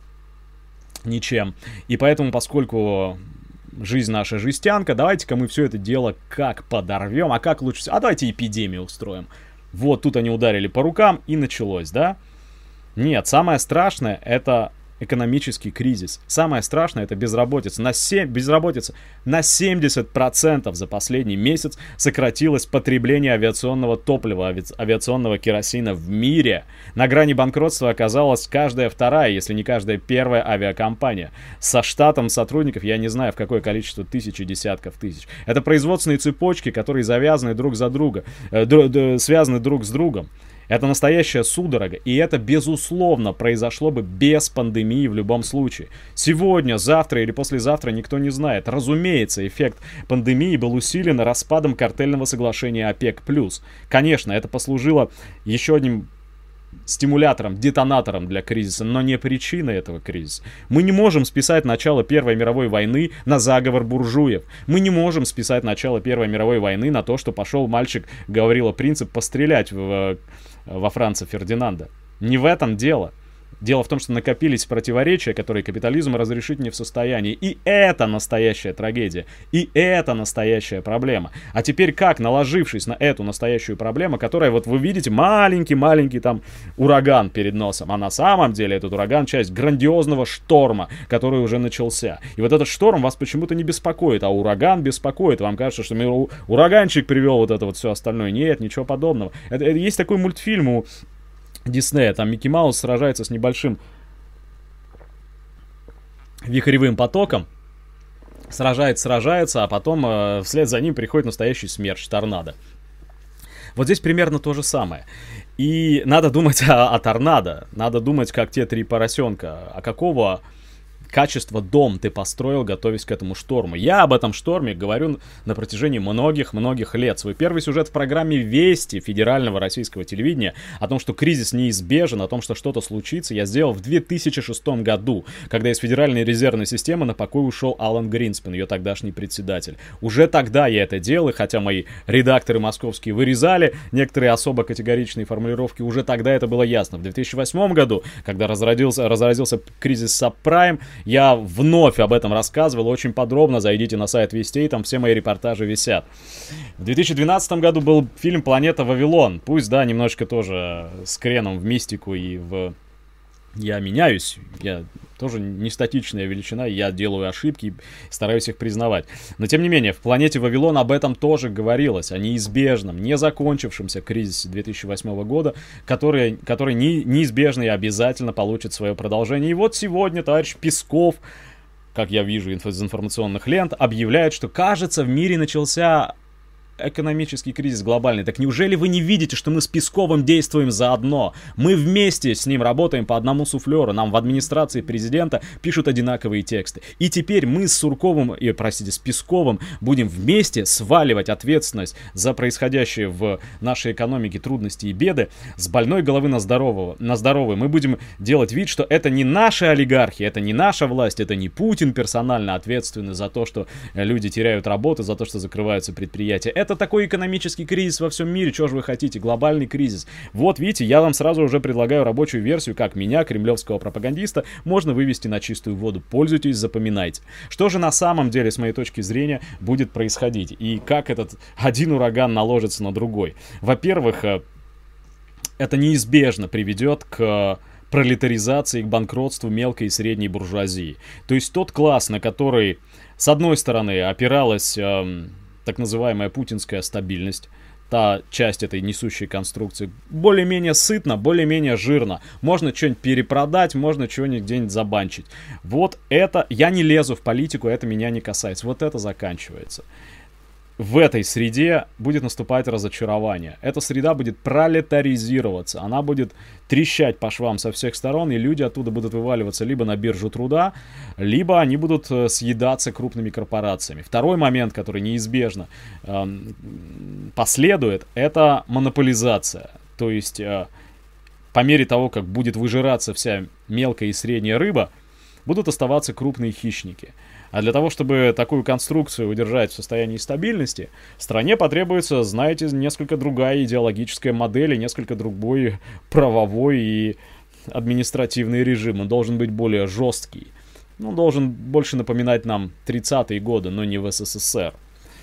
A: ничем. И поэтому, поскольку жизнь наша жестянка, давайте-ка мы все это дело как подорвем, а как лучше всего? А давайте эпидемию устроим. Вот тут они ударили по рукам, и началось, да? Нет, самое страшное — это экономический кризис. Самое страшное — это безработица. На семь, безработица. На семьдесят процентов за последний месяц сократилось потребление авиационного топлива, ави... авиационного керосина в мире. На грани банкротства оказалась каждая вторая, если не каждая первая авиакомпания. Со штатом сотрудников, я не знаю в какое количество, тысячи, десятков тысяч. Это производственные цепочки, которые завязаны друг за друга, э, д- д- связаны друг с другом. Это настоящая судорога, и это, безусловно, произошло бы без пандемии в любом случае. Сегодня, завтра или послезавтра никто не знает. Разумеется, эффект пандемии был усилен распадом картельного соглашения ОПЕК+. Конечно, это послужило еще одним стимулятором, детонатором для кризиса, но не причиной этого кризиса. Мы не можем списать начало Первой мировой войны на заговор буржуев. Мы не можем списать начало Первой мировой войны на то, что пошел мальчик Гаврила Принцип пострелять в, во Франца Фердинанда. Не в этом дело. Дело в том, что накопились противоречия, которые капитализм разрешить не в состоянии. И это настоящая трагедия. И это настоящая проблема. А теперь как, наложившись на эту настоящую проблему, которая, вот вы видите, маленький-маленький там ураган перед носом, а на самом деле этот ураган — часть грандиозного шторма, который уже начался. И вот этот шторм вас почему-то не беспокоит, а ураган беспокоит. Вам кажется, что ураганчик привел вот это вот все остальное. Нет, ничего подобного. Это, это, есть такой мультфильм у Диснея, там Микки Маус сражается с небольшим вихревым потоком, сражается, сражается, а потом э, вслед за ним приходит настоящий смерч, торнадо. Вот здесь примерно то же самое. И надо думать о, о торнадо, надо думать, как те три поросенка, а какого качества дом ты построил, готовясь к этому шторму. Я об этом шторме говорю на протяжении многих-многих лет. Свой первый сюжет в программе «Вести» федерального российского телевидения о том, что кризис неизбежен, о том, что что-то случится, я сделал в две тысячи шестом году, когда из Федеральной резервной системы на покой ушел Алан Гринспен, ее тогдашний председатель. Уже тогда я это делал, и хотя мои редакторы московские вырезали некоторые особо категоричные формулировки, уже тогда это было ясно. В две тысячи восьмом году, когда разразился, разразился кризис сабпрайм, я вновь об этом рассказывал очень подробно. Зайдите на сайт Вестей, там все мои репортажи висят. В две тысячи двенадцатом году был фильм «Планета Вавилон». Пусть, да, немножечко тоже с креном в мистику и в... Я меняюсь, я тоже не статичная величина, я делаю ошибки и стараюсь их признавать. Но, тем не менее, в «Планете Вавилон» об этом тоже говорилось, о неизбежном, не закончившемся кризисе две тысячи восьмого года, который, который не, неизбежно и обязательно получит свое продолжение. И вот сегодня товарищ Песков, как я вижу из информационных лент, объявляет, что, кажется, в мире начался экономический кризис глобальный. Так неужели вы не видите, что мы с Песковым действуем заодно? Мы вместе с ним работаем по одному суфлеру. Нам в администрации президента пишут одинаковые тексты. И теперь мы с Сурковым, и, простите, с Песковым будем вместе сваливать ответственность за происходящее в нашей экономике трудности и беды с больной головы на здорового, на здоровый. Мы будем делать вид, что это не наши олигархи, это не наша власть, это не Путин персонально ответственный за то, что люди теряют работу, за то, что закрываются предприятия. Это такой экономический кризис во всем мире, что же вы хотите, глобальный кризис. Вот видите, я вам сразу уже предлагаю рабочую версию, как меня, кремлевского пропагандиста, можно вывести на чистую воду. Пользуйтесь, запоминайте. Что же на самом деле, с моей точки зрения, будет происходить? И как этот один ураган наложится на другой? Во-первых, это неизбежно приведет к пролетаризации, к банкротству мелкой и средней буржуазии. То есть тот класс, на который, с одной стороны, опиралась э, так называемая путинская стабильность, та часть этой несущей конструкции, более-менее сытно, более-менее жирно. Можно что-нибудь перепродать, можно что-нибудь где-нибудь забанчить. Вот это, я не лезу в политику, это меня не касается. Вот это заканчивается. В этой среде будет наступать разочарование. Эта среда будет пролетаризироваться. Она будет трещать по швам со всех сторон, и люди оттуда будут вываливаться либо на биржу труда, либо они будут съедаться крупными корпорациями. Второй момент, который неизбежно э, последует, это монополизация. То есть э, по мере того, как будет выжираться вся мелкая и средняя рыба, будут оставаться крупные хищники. А для того, чтобы такую конструкцию удержать в состоянии стабильности, стране потребуется, знаете, несколько другая идеологическая модель и несколько другой правовой и административный режим. Он должен быть более жесткий. Он должен больше напоминать нам тридцатые годы, но не в СССР.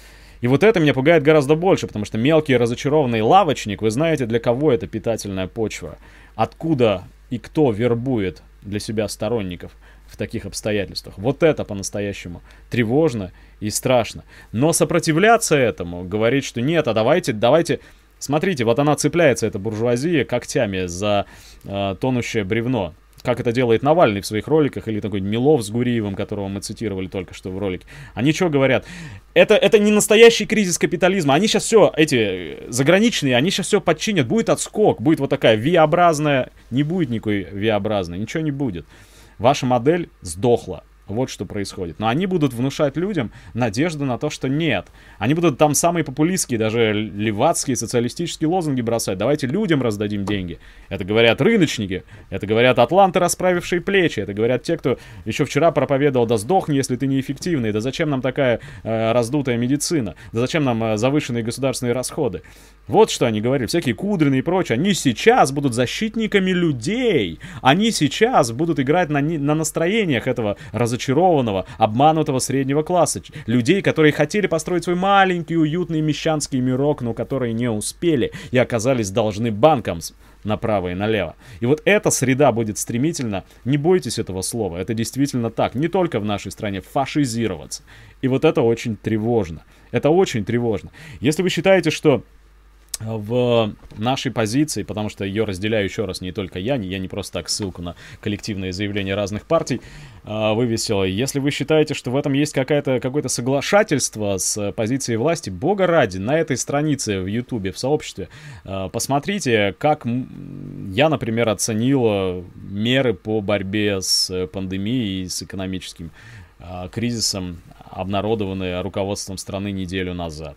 A: И вот это меня пугает гораздо больше, потому что мелкий разочарованный лавочник, вы знаете, для кого это питательная почва? Откуда и кто вербует для себя сторонников в таких обстоятельствах? Вот это по-настоящему тревожно и страшно. Но сопротивляться этому, говорить, что нет, а давайте, давайте... Смотрите, вот она цепляется, эта буржуазия, когтями за э, тонущее бревно. Как это делает Навальный в своих роликах, или такой Милов с Гуриевым, которого мы цитировали только что в ролике. Они что говорят? Это, это не настоящий кризис капитализма. Они сейчас все, эти заграничные, они сейчас все подчинят. Будет отскок, будет вот такая V-образная. Не будет никакой V-образной, ничего не будет. Ваша модель сдохла. Вот что происходит. Но они будут внушать людям надежду на то, что нет. Они будут там самые популистские, даже левацкие, социалистические лозунги бросать. Давайте людям раздадим деньги. Это говорят рыночники. Это говорят атланты, расправившие плечи. Это говорят те, кто еще вчера проповедовал: да сдохни, если ты неэффективный. Да зачем нам такая э, раздутая медицина? Да зачем нам э, завышенные государственные расходы? Вот что они говорили. Всякие Кудрины и прочее. Они сейчас будут защитниками людей. Они сейчас будут играть на, на настроениях этого разочарованного, обманутого среднего класса. Людей, которые хотели построить свой маленький, уютный мещанский мирок, но которые не успели и оказались должны банкам направо и налево. И вот эта среда будет стремительно, не бойтесь этого слова, это действительно так, не только в нашей стране, фашизироваться. И вот это очень тревожно. Это очень тревожно. Если вы считаете, что в нашей позиции, потому что ее разделяю еще раз не только я, не, я не просто так ссылку на коллективные заявления разных партий э, вывесил. Если вы считаете, что в этом есть какая-то, какое-то соглашательство с позицией власти, бога ради, на этой странице в Ютубе, в сообществе, э, посмотрите, как я, например, оценил меры по борьбе с пандемией и с экономическим э, кризисом, обнародованные руководством страны неделю назад.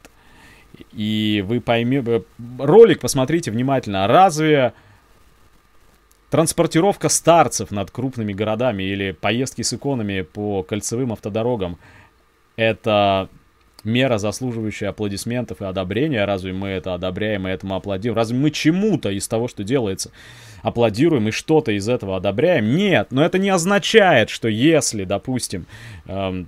A: И вы поймете, ролик посмотрите внимательно, разве транспортировка старцев над крупными городами или поездки с иконами по кольцевым автодорогам — это мера, заслуживающая аплодисментов и одобрения? Разве мы это одобряем и этому аплодируем? Разве мы чему-то из того, что делается, аплодируем и что-то из этого одобряем? Нет, но это не означает, что если, допустим, эм,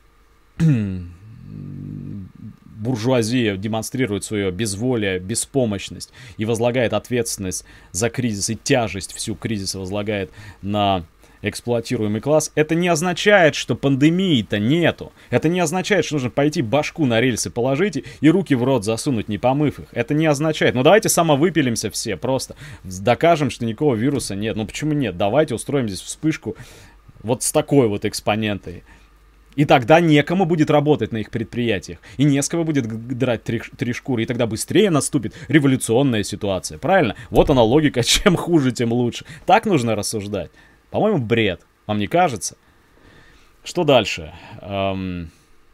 A: буржуазия демонстрирует свое безволие, беспомощность и возлагает ответственность за кризис и тяжесть всю кризиса возлагает на эксплуатируемый класс, это не означает, что пандемии-то нету. Это не означает, что нужно пойти башку на рельсы положить и руки в рот засунуть, не помыв их. Это не означает. Ну давайте самовыпилимся все просто. Докажем, что никакого вируса нет. Ну почему нет? Давайте устроим здесь вспышку вот с такой вот экспонентой. И тогда некому будет работать на их предприятиях. И не с кого будет драть три, три шкуры. И тогда быстрее наступит революционная ситуация. Правильно? Вот она логика. Чем хуже, тем лучше. Так нужно рассуждать. По-моему, бред. Вам не кажется? Что дальше? Эм...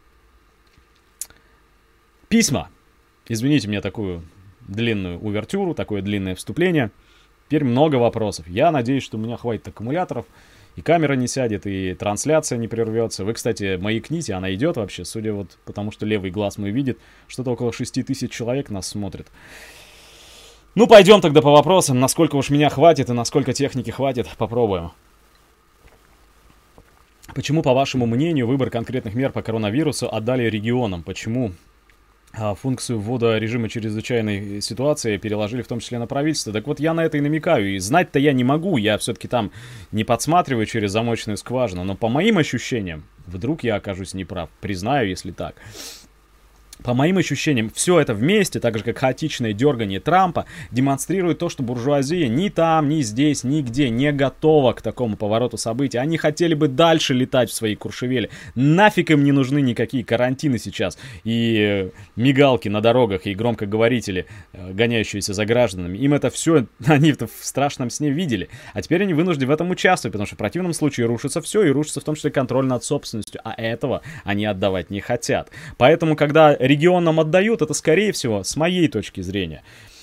A: Письма. Извините мне такую длинную увертюру, такое длинное вступление. Теперь много вопросов. Я надеюсь, что у меня хватит аккумуляторов. И камера не сядет, и трансляция не прервется. Вы, кстати, маякните, она идет вообще, судя вот потому, что левый глаз мой видит, что-то около шести тысяч человек нас смотрит. Ну, пойдем тогда по вопросам, насколько уж меня хватит и насколько техники хватит, попробуем. Почему, по вашему мнению, выбор конкретных мер по коронавирусу отдали регионам? Почему функцию ввода режима чрезвычайной ситуации переложили в том числе на правительство. Так вот, я на это и намекаю. И знать-то я не могу. Я все-таки там не подсматриваю через замочную скважину. Но по моим ощущениям, вдруг я окажусь неправ. Признаю, если так. По моим ощущениям, все это вместе, так же как хаотичное дергание Трампа, демонстрирует то, что буржуазия ни там, ни здесь, нигде не готова к такому повороту событий. Они хотели бы дальше летать в своей Куршевеле. Нафиг им не нужны никакие карантины сейчас. И мигалки на дорогах, и громкоговорители, гоняющиеся за гражданами. Им это все, они это в страшном сне видели. А теперь они вынуждены в этом участвовать, потому что в противном случае рушится все, и рушится в том числе контроль над собственностью. А этого они отдавать не хотят. Поэтому, когда регионам отдают, это, скорее всего, с моей точки зрения,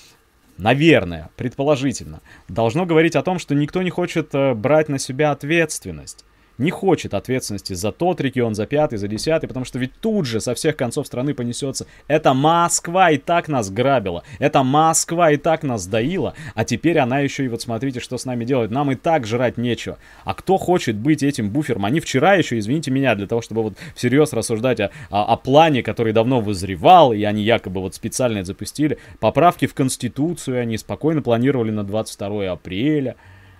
A: наверное, предположительно, должно говорить о том, что никто не хочет э, брать на себя ответственность. Не хочет ответственности за тот регион, за пятый, за десятый, потому что ведь тут же со всех концов страны понесется: это Москва и так нас грабила, это Москва и так нас доила, а теперь она еще и вот смотрите, что с нами делает, нам и так жрать нечего. А кто хочет быть этим буфером? Они вчера еще, извините меня, для того, чтобы вот всерьез рассуждать о, о, о плане, который давно вызревал, и они якобы вот специально это запустили, поправки в Конституцию они спокойно планировали на двадцать второе апреля.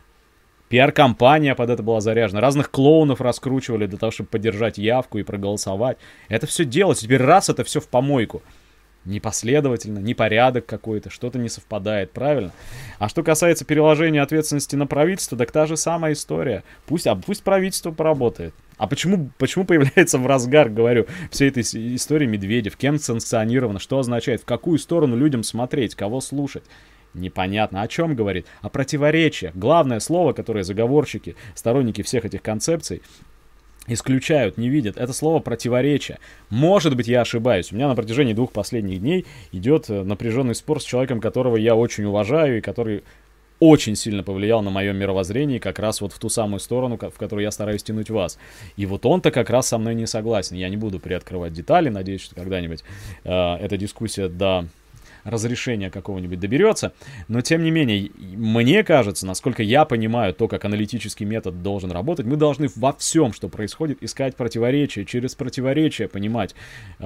A: Пиар-компания под это была заряжена. Разных клоунов раскручивали для того, чтобы поддержать явку и проголосовать. Это все делать. Теперь раз это все в помойку. Непоследовательно, непорядок какой-то, что-то не совпадает, правильно? А что касается переложения ответственности на правительство, так та же самая история. Пусть, а пусть правительство поработает. А почему, почему появляется в разгар, говорю, всей этой истории Медведев? Кем санкционировано? Что означает? В какую сторону людям смотреть? Кого слушать? Непонятно. О чем говорит? О противоречиях. Главное слово, которое заговорщики, сторонники всех этих концепций исключают, не видят, это слово противоречие. Может быть, я ошибаюсь. У меня на протяжении двух последних дней идет напряженный спор с человеком, которого я очень уважаю и который очень сильно повлиял на мое мировоззрение, как раз вот в ту самую сторону, в которую я стараюсь тянуть вас. И вот он-то как раз со мной не согласен. Я не буду приоткрывать детали, надеюсь, что когда-нибудь э, эта дискуссия до разрешения какого-нибудь доберется, но тем не менее, мне кажется, насколько я понимаю то, как аналитический метод должен работать, мы должны во всем, что происходит, искать противоречия, через противоречия понимать э,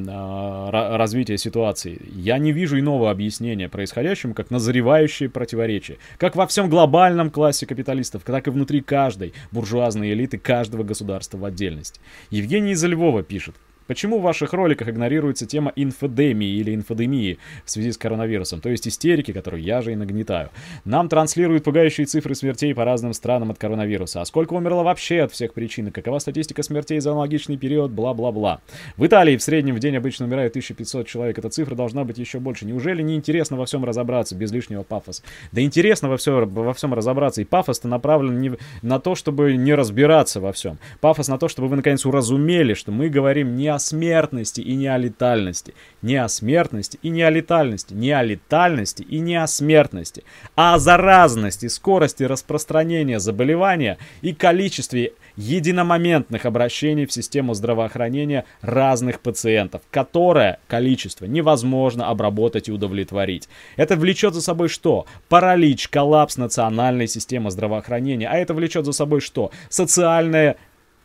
A: э, развитие ситуации. Я не вижу иного объяснения происходящему, как назревающие противоречия. Как во всем глобальном классе капиталистов, так и внутри каждой буржуазной элиты, каждого государства в отдельности. Евгений из Львова пишет: почему в ваших роликах игнорируется тема инфодемии или инфодемии в связи с коронавирусом, то есть истерики, которую я же и нагнетаю? Нам транслируют пугающие цифры смертей по разным странам от коронавируса. А сколько умерло вообще от всех причин? Какова статистика смертей за аналогичный период? Бла-бла-бла. В Италии в среднем в день обычно умирает тысяча пятьсот человек. Эта цифра должна быть еще больше. Неужели не интересно во всем разобраться без лишнего пафоса? Да интересно во, все, во всем разобраться. И пафос-то направлен не на то, чтобы не разбираться во всем. Пафос на то, чтобы вы наконец уразумели, что мы говорим не о смертности и не о летальности. Не о смертности и не о летальности. Не о летальности и не о смертности. А о заразности, скорости распространения заболевания и количестве единомоментных обращений в систему здравоохранения разных пациентов, которое количество невозможно обработать и удовлетворить. Это влечет за собой что? Паралич, коллапс национальной системы здравоохранения. А это влечет за собой что? Социальное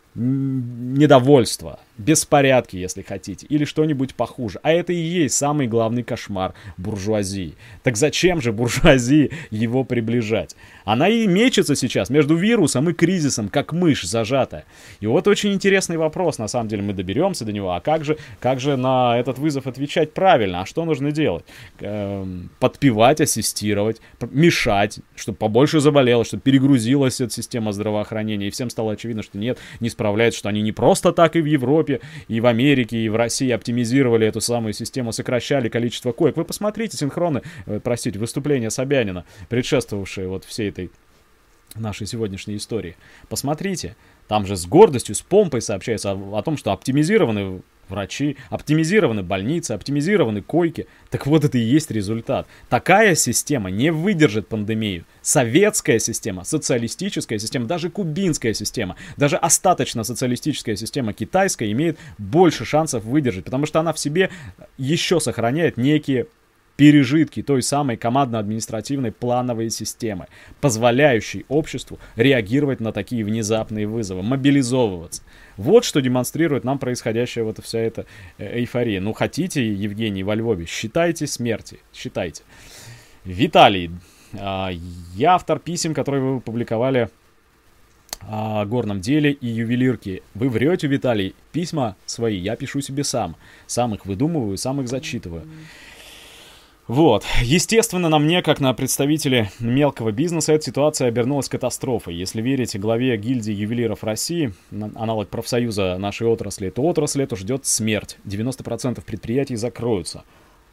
A: недовольство, беспорядки, если хотите, или что-нибудь похуже. А это и есть самый главный кошмар буржуазии. Так зачем же буржуазии его приближать? Она и мечется сейчас между вирусом и кризисом, как мышь зажатая. И вот очень интересный вопрос, на самом деле мы доберемся до него. А как же, как же на этот вызов отвечать правильно? А что нужно делать? Эм, подпевать, ассистировать, мешать, чтобы побольше заболело, чтобы перегрузилась эта система здравоохранения, и всем стало очевидно, что нет, не справляется, что они не просто так и в Европе, и в Америке, и в России оптимизировали эту самую систему, сокращали количество коек. Вы посмотрите синхроны, э, простите, выступления Собянина, предшествовавшие вот всей этой нашей сегодняшней истории. Посмотрите, там же с гордостью, с помпой сообщается о, о том, что оптимизированы врачи, оптимизированы больницы, оптимизированы койки. Так вот это и есть результат. Такая система не выдержит пандемию. Советская система, социалистическая система, даже кубинская система, даже остаточно социалистическая система китайская имеет больше шансов выдержать, потому что она в себе еще сохраняет некие пережитки той самой командно-административной плановой системы, позволяющей обществу реагировать на такие внезапные вызовы, мобилизовываться. Вот что демонстрирует нам происходящая вот вся эта эйфория. Ну, хотите, Евгений, во Львове, считайте смерти, считайте. Виталий, я автор писем, которые вы опубликовали о горном деле и ювелирке. Вы врете, Виталий, письма свои я пишу себе сам. Сам их выдумываю, сам их зачитываю. Вот. Естественно, на мне, как на представителе мелкого бизнеса, эта ситуация обернулась катастрофой. Если верить главе гильдии ювелиров России, аналог профсоюза нашей отрасли, то отрасль эту ждет смерть. девяносто процентов предприятий закроются.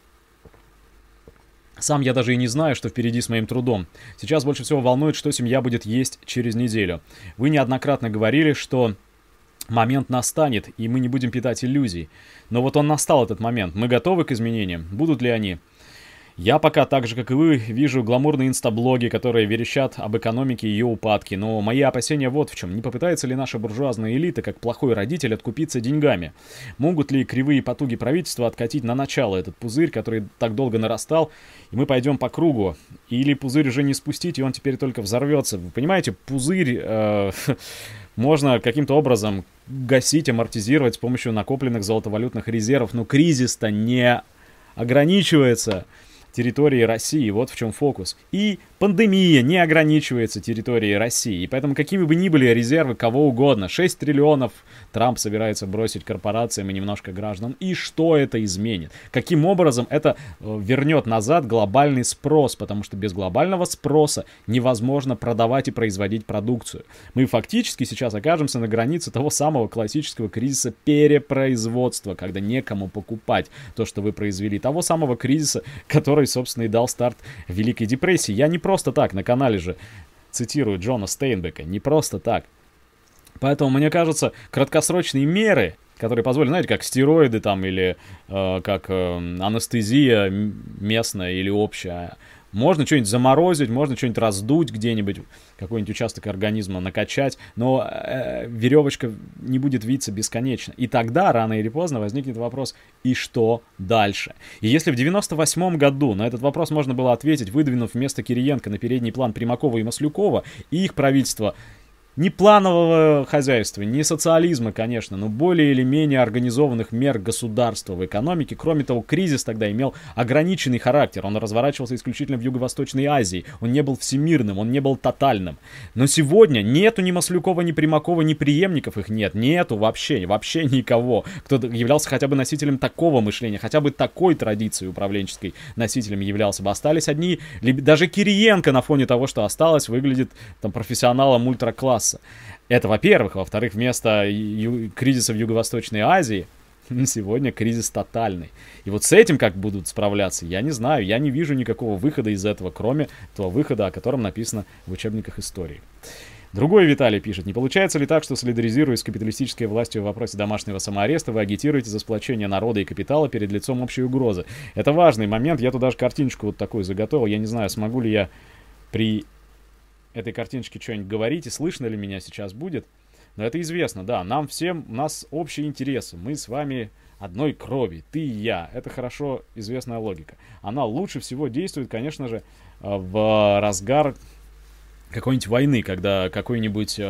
A: Сам я даже и не знаю, что впереди с моим трудом. Сейчас больше всего волнует, что семья будет есть через неделю. Вы неоднократно говорили, что момент настанет, и мы не будем питать иллюзий. Но вот он настал, этот момент. Мы готовы к изменениям? Будут ли они? Я пока, так же как и вы, вижу гламурные инстаблоги, которые верещат об экономике и ее упадке. Но мои опасения вот в чем. Не попытается ли наша буржуазная элита, как плохой родитель, откупиться деньгами? Могут ли кривые потуги правительства откатить на начало этот пузырь, который так долго нарастал, и мы пойдем по кругу? Или пузырь уже не спустить, и он теперь только взорвется? Вы понимаете, пузырь э, можно каким-то образом гасить, амортизировать с помощью накопленных золотовалютных резервов. Но кризис-то не ограничивается территории России, вот в чем фокус. И пандемия не ограничивается территорией России, и поэтому какими бы ни были резервы кого угодно, шесть триллионов Трамп собирается бросить корпорациям и немножко гражданам, и что это изменит? Каким образом это вернет назад глобальный спрос, потому что без глобального спроса невозможно продавать и производить продукцию. Мы фактически сейчас окажемся на границе того самого классического кризиса перепроизводства, когда некому покупать то, что вы произвели, того самого кризиса, который, собственно, и дал старт Великой депрессии. Я не просто так, на канале же цитирую Джона Стейнбека, не просто так. Поэтому, мне кажется, краткосрочные меры, которые позволят, знаете, как стероиды там, или э, как э, анестезия местная или общая, можно что-нибудь заморозить, можно что-нибудь раздуть где-нибудь, какой-нибудь участок организма накачать, но э, веревочка не будет виться бесконечно. И тогда, рано или поздно, возникнет вопрос, и что дальше? И если в девяносто восьмом году на этот вопрос можно было ответить, выдвинув вместо Кириенко на передний план Примакова и Маслюкова, и их правительство не планового хозяйства, не социализма, конечно, но более или менее организованных мер государства в экономике. Кроме того, кризис тогда имел ограниченный характер. Он разворачивался исключительно в Юго-Восточной Азии. Он не был всемирным, он не был тотальным. Но сегодня нету ни Маслюкова, ни Примакова, ни преемников их нет. Нету вообще, вообще никого, кто являлся хотя бы носителем такого мышления, хотя бы такой традиции управленческой носителем являлся бы. Остались одни, даже Кириенко на фоне того, что осталось, выглядит там профессионалом ультракласса. Это, во-первых. Во-вторых, вместо ю- кризиса в Юго-Восточной Азии сегодня кризис тотальный. И вот с этим как будут справляться, я не знаю. Я не вижу никакого выхода из этого, кроме того выхода, о котором написано в учебниках истории. Другой Виталий пишет: не получается ли так, что, солидаризируясь с капиталистической властью в вопросе домашнего самоареста, вы агитируете за сплочение народа и капитала перед лицом общей угрозы? Это важный момент. Я тут даже картиночку вот такую заготовил. Я не знаю, смогу ли я при этой картиночке что-нибудь говорить, и слышно ли меня сейчас будет. Но это известно, да, нам всем, у нас общие интересы, мы с вами одной крови, ты и я. Это хорошо известная логика. Она лучше всего действует, конечно же, в разгар какой-нибудь войны, когда какой-нибудь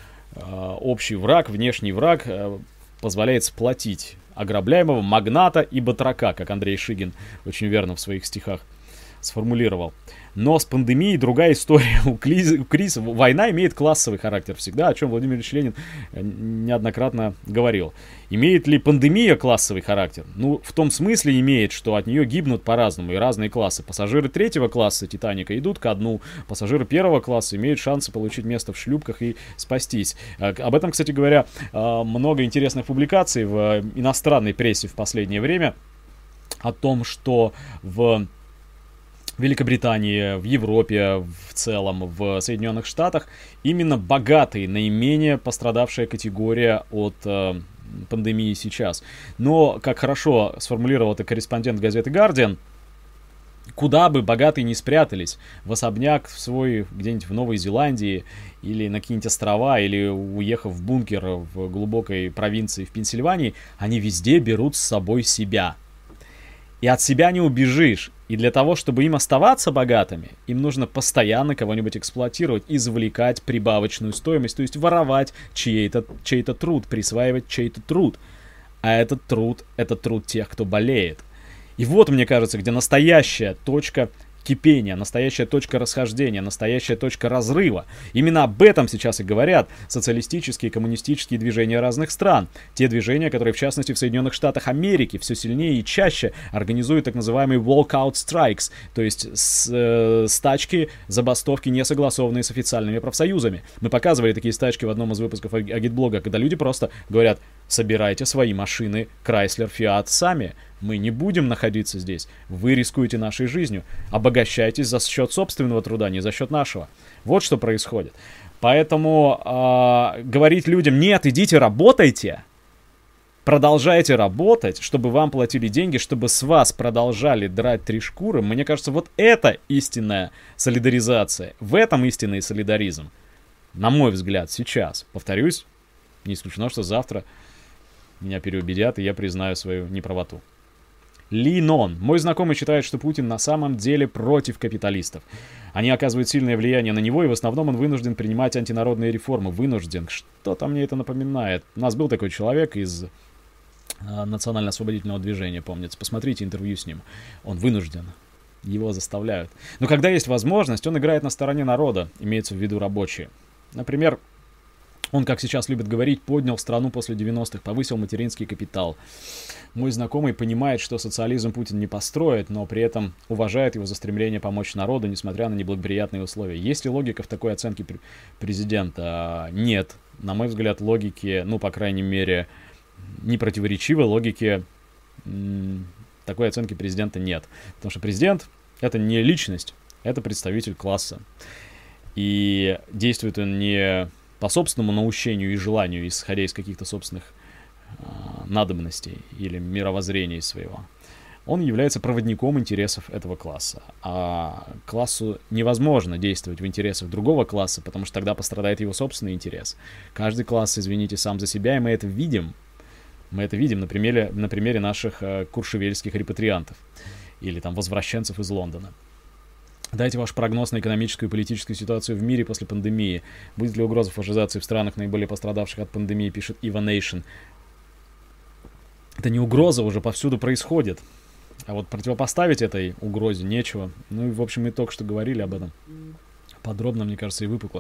A: общий враг, внешний враг позволяет сплотить ограбляемого магната и батрака, как Андрей Шигин очень верно в своих стихах сформулировал. Но с пандемией другая история. У кризиса война имеет классовый характер всегда, о чем Владимир Ильич Ленин неоднократно говорил. Имеет ли пандемия классовый характер? Ну, в том смысле имеет, что от нее гибнут по-разному и разные классы. Пассажиры третьего класса Титаника идут ко дну, пассажиры первого класса имеют шансы получить место в шлюпках и спастись. Об этом, кстати говоря, много интересных публикаций в иностранной прессе в последнее время о том, что в Великобритании, в Европе в целом, в Соединенных Штатах именно богатые, наименее пострадавшая категория от э, пандемии сейчас. Но, как хорошо сформулировал это корреспондент газеты «Гардиан», куда бы богатые не спрятались, в особняк в свой где-нибудь в Новой Зеландии или на какие-нибудь острова, или уехав в бункер в глубокой провинции в Пенсильвании, они везде берут с собой себя. И от себя не убежишь. И для того, чтобы им оставаться богатыми, им нужно постоянно кого-нибудь эксплуатировать, извлекать прибавочную стоимость, то есть воровать чей-то, чей-то труд, присваивать чей-то труд. А этот труд — это труд тех, кто болеет. И вот, мне кажется, где настоящая точка кипения, настоящая точка расхождения, настоящая точка разрыва. Именно об этом сейчас и говорят социалистические, коммунистические движения разных стран. Те движения, которые, в частности, в Соединенных Штатах Америки все сильнее и чаще организуют так называемые walkout strikes, то есть с, э, стачки, забастовки, не согласованные с официальными профсоюзами. Мы показывали такие стачки в одном из выпусков Агитблога, когда люди просто говорят: собирайте свои машины Chrysler, Fiat сами. Мы не будем находиться здесь. Вы рискуете нашей жизнью. Обогащайтесь за счет собственного труда, не за счет нашего. Вот что происходит. Поэтому э, говорить людям: нет, идите работайте, продолжайте работать, чтобы вам платили деньги, чтобы с вас продолжали драть три шкуры, мне кажется, вот это истинная солидаризация. В этом истинный солидаризм. На мой взгляд, сейчас. Повторюсь, не исключено, что завтра меня переубедят, и я признаю свою неправоту. Ли Нон. Мой знакомый считает, что Путин на самом деле против капиталистов. Они оказывают сильное влияние на него, и в основном он вынужден принимать антинародные реформы. Вынужден. Что-то мне это напоминает. У нас был такой человек из э, национально-освободительного движения, помнится. Посмотрите интервью с ним. Он вынужден. Его заставляют. Но когда есть возможность, он играет на стороне народа, имеется в виду рабочие. Например, он, как сейчас любят говорить, поднял страну после девяностых, повысил материнский капитал. Мой знакомый понимает, что социализм Путин не построит, но при этом уважает его за стремление помочь народу, несмотря на неблагоприятные условия. Есть ли логика в такой оценке президента? Нет. На мой взгляд, логики, ну, по крайней мере, не противоречивой логике такой оценки президента нет. Потому что президент — это не личность, это представитель класса. И действует он не по собственному наущению и желанию, исходя из каких-то собственных э, надобностей или мировоззрения своего. Он является проводником интересов этого класса. А классу невозможно действовать в интересах другого класса, потому что тогда пострадает его собственный интерес. Каждый класс, извините, сам за себя, и мы это видим. Мы это видим на примере, на примере наших э, куршевельских репатриантов или там возвращенцев из Лондона. Дайте ваш прогноз на экономическую и политическую ситуацию в мире после пандемии. Будет ли угроза фашизации в странах, наиболее пострадавших от пандемии, пишет Ива Нейшн. Это не угроза, уже повсюду происходит. А вот противопоставить этой угрозе нечего. Ну и, в общем, мы только что говорили об этом. Подробно, мне кажется, и выпукло.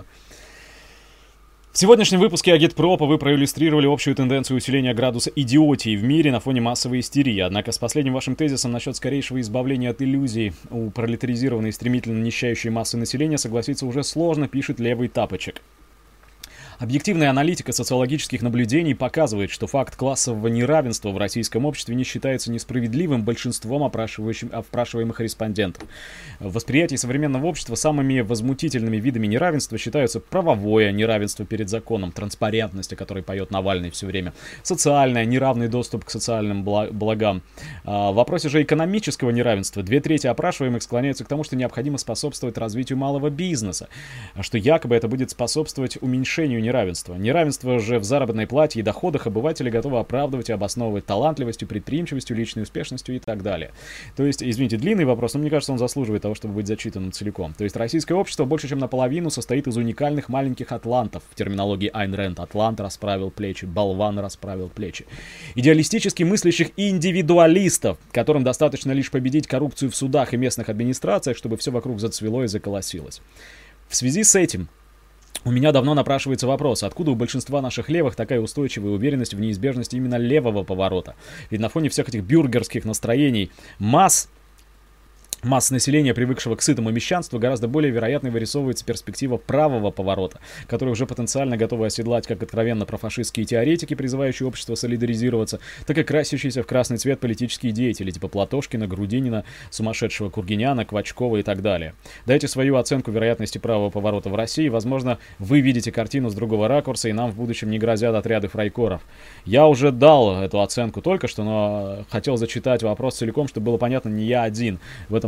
A: В сегодняшнем выпуске Агитпропа вы проиллюстрировали общую тенденцию усиления градуса идиотии в мире на фоне массовой истерии. Однако с последним вашим тезисом насчет скорейшего избавления от иллюзий у пролетаризированной и стремительно нищающей массы населения согласиться уже сложно, пишет Левый Тапочек. Объективная аналитика социологических наблюдений показывает, что факт классового неравенства в российском обществе не считается несправедливым большинством опрашиваемых респондентов. В восприятии современного общества самыми возмутительными видами неравенства считаются правовое неравенство перед законом, транспарентность, о которой поет Навальный все время, социальное, неравный доступ к социальным благам. В вопросе же экономического неравенства две трети опрашиваемых склоняются к тому, что необходимо способствовать развитию малого бизнеса, что якобы это будет способствовать уменьшению неравенства. Неравенство же в заработной плате и доходах обыватели готовы оправдывать и обосновывать талантливостью, предприимчивостью, личной успешностью и так далее. То есть, извините, длинный вопрос, но мне кажется, он заслуживает того, чтобы быть зачитанным целиком. То есть, российское общество больше чем наполовину состоит из уникальных маленьких атлантов. В терминологии Айн Рэнд атлант расправил плечи, болван расправил плечи. Идеалистически мыслящих индивидуалистов, которым достаточно лишь победить коррупцию в судах и местных администрациях, чтобы все вокруг зацвело и заколосилось. В связи с этим у меня давно напрашивается вопрос, откуда у большинства наших левых такая устойчивая уверенность в неизбежности именно левого поворота? Ведь на фоне всех этих бюргерских настроений масс, масс населения, привыкшего к сытому мещанству, гораздо более вероятной вырисовывается перспектива правого поворота, который уже потенциально готовы оседлать как откровенно профашистские теоретики, призывающие общество солидаризироваться, так и красящиеся в красный цвет политические деятели, типа Платошкина, Грудинина, сумасшедшего Кургиняна, Квачкова и так далее. Дайте свою оценку вероятности правого поворота в России, возможно, вы видите картину с другого ракурса, и нам в будущем не грозят отряды фрайкоров. Я уже дал эту оценку только что, но хотел зачитать вопрос целиком, чтобы было понятно, не я один в этом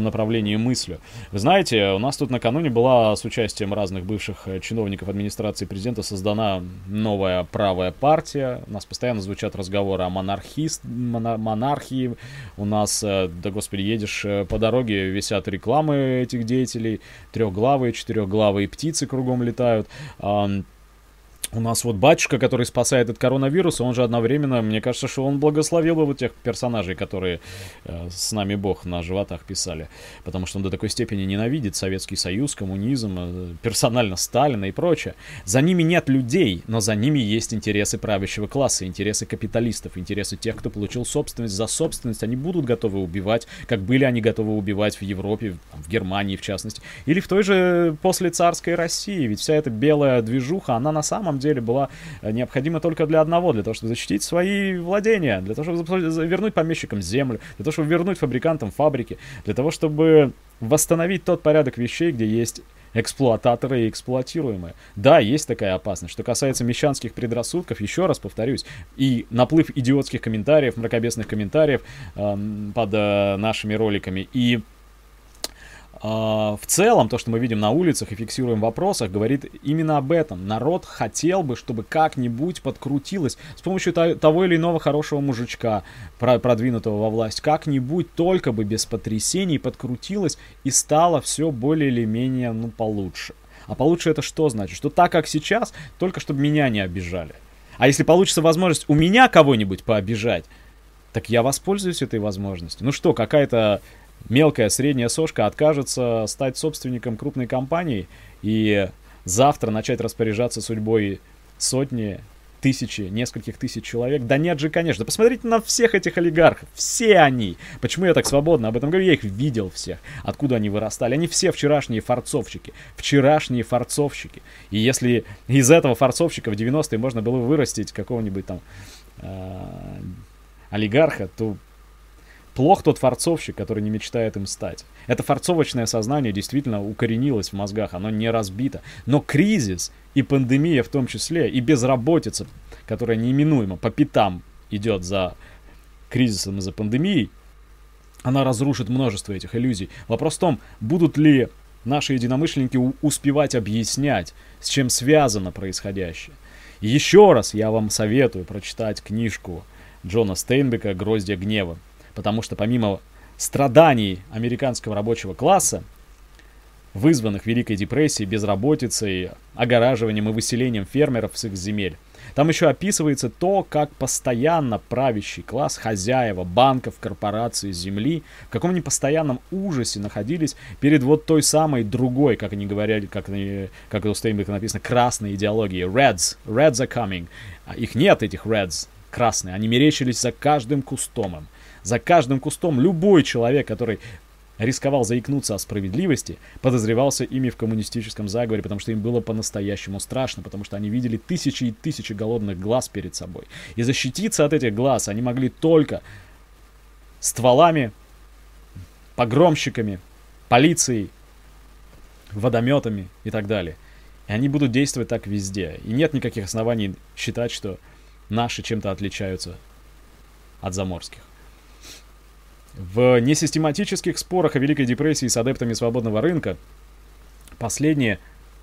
A: направлении мыслю. Вы знаете, у нас тут накануне была с участием разных бывших чиновников администрации президента создана новая правая партия. У нас постоянно звучат разговоры о монархист, монархии. У нас, да господи, едешь по дороге, висят рекламы этих деятелей. Трехглавые, четырехглавые птицы кругом летают. У нас вот батюшка, который спасает от коронавируса, он же одновременно, мне кажется, что он благословил бы вот тех персонажей, которые э, с нами Бог на животах писали. Потому что он до такой степени ненавидит Советский Союз, коммунизм, э, персонально Сталина и прочее. За ними нет людей, но за ними есть интересы правящего класса, интересы капиталистов, интересы тех, кто получил собственность. За собственность они будут готовы убивать, как были они готовы убивать в Европе, там, в Германии в частности, или в той же послецарской России. Ведь вся эта белая движуха, она на самом деле была необходима только для одного, для того, чтобы защитить свои владения, для того, чтобы вернуть помещикам землю, для того, чтобы вернуть фабрикантам фабрики, для того, чтобы восстановить тот порядок вещей, где есть эксплуататоры и эксплуатируемые. Да, есть такая опасность. Что касается мещанских предрассудков, еще раз повторюсь, и наплыв идиотских комментариев, мракобесных комментариев э, под э, нашими роликами, и в целом, то, что мы видим на улицах и фиксируем в вопросах, говорит именно об этом. Народ хотел бы, чтобы как-нибудь подкрутилось с помощью того или иного хорошего мужичка, продвинутого во власть, как-нибудь только бы без потрясений подкрутилось и стало все более или менее, ну, получше. А получше это что значит? Что так, как сейчас, только чтобы меня не обижали. А если получится возможность у меня кого-нибудь пообижать, так я воспользуюсь этой возможностью. Ну что, какая-то мелкая, средняя сошка откажется стать собственником крупной компании и завтра начать распоряжаться судьбой сотни, тысячи, нескольких тысяч человек? Да нет же, конечно. Посмотрите на всех этих олигархов. Все они. Почему я так свободно об этом говорю? Я их видел всех. Откуда они вырастали? Они все вчерашние форцовщики. Вчерашние форцовщики. И если из этого форцовщика в девяностые можно было вырастить какого-нибудь там э, олигарха, то плох тот форцовщик, который не мечтает им стать. Это форцовочное сознание действительно укоренилось в мозгах, оно не разбито. Но кризис и пандемия в том числе, и безработица, которая неименуемо по пятам идет за кризисом и за пандемией, она разрушит множество этих иллюзий. Вопрос в том, будут ли наши единомышленники успевать объяснять, с чем связано происходящее. И еще раз я вам советую прочитать книжку Джона Стейнбека «Гроздья гнева». Потому что помимо страданий американского рабочего класса, вызванных Великой депрессией, безработицей, огораживанием и выселением фермеров с их земель, там еще описывается то, как постоянно правящий класс, хозяева банков, корпораций, земли в каком-нибудь постоянном ужасе находились перед вот той самой другой, как они говорили, как, они, как у Стейнбека написано, красной идеологией. Reds, Reds are coming. Их нет, этих Reds, красные. Они мерещились за каждым кустом им. За каждым кустом любой человек, который рисковал заикнуться о справедливости, подозревался ими в коммунистическом заговоре, потому что им было по-настоящему страшно, потому что они видели тысячи и тысячи голодных глаз перед собой. И защититься от этих глаз они могли только стволами, погромщиками, полицией, водометами и так далее. И они будут действовать так везде. И нет никаких оснований считать, что наши чем-то отличаются от заморских. В несистематических спорах о Великой депрессии с адептами свободного рынка последние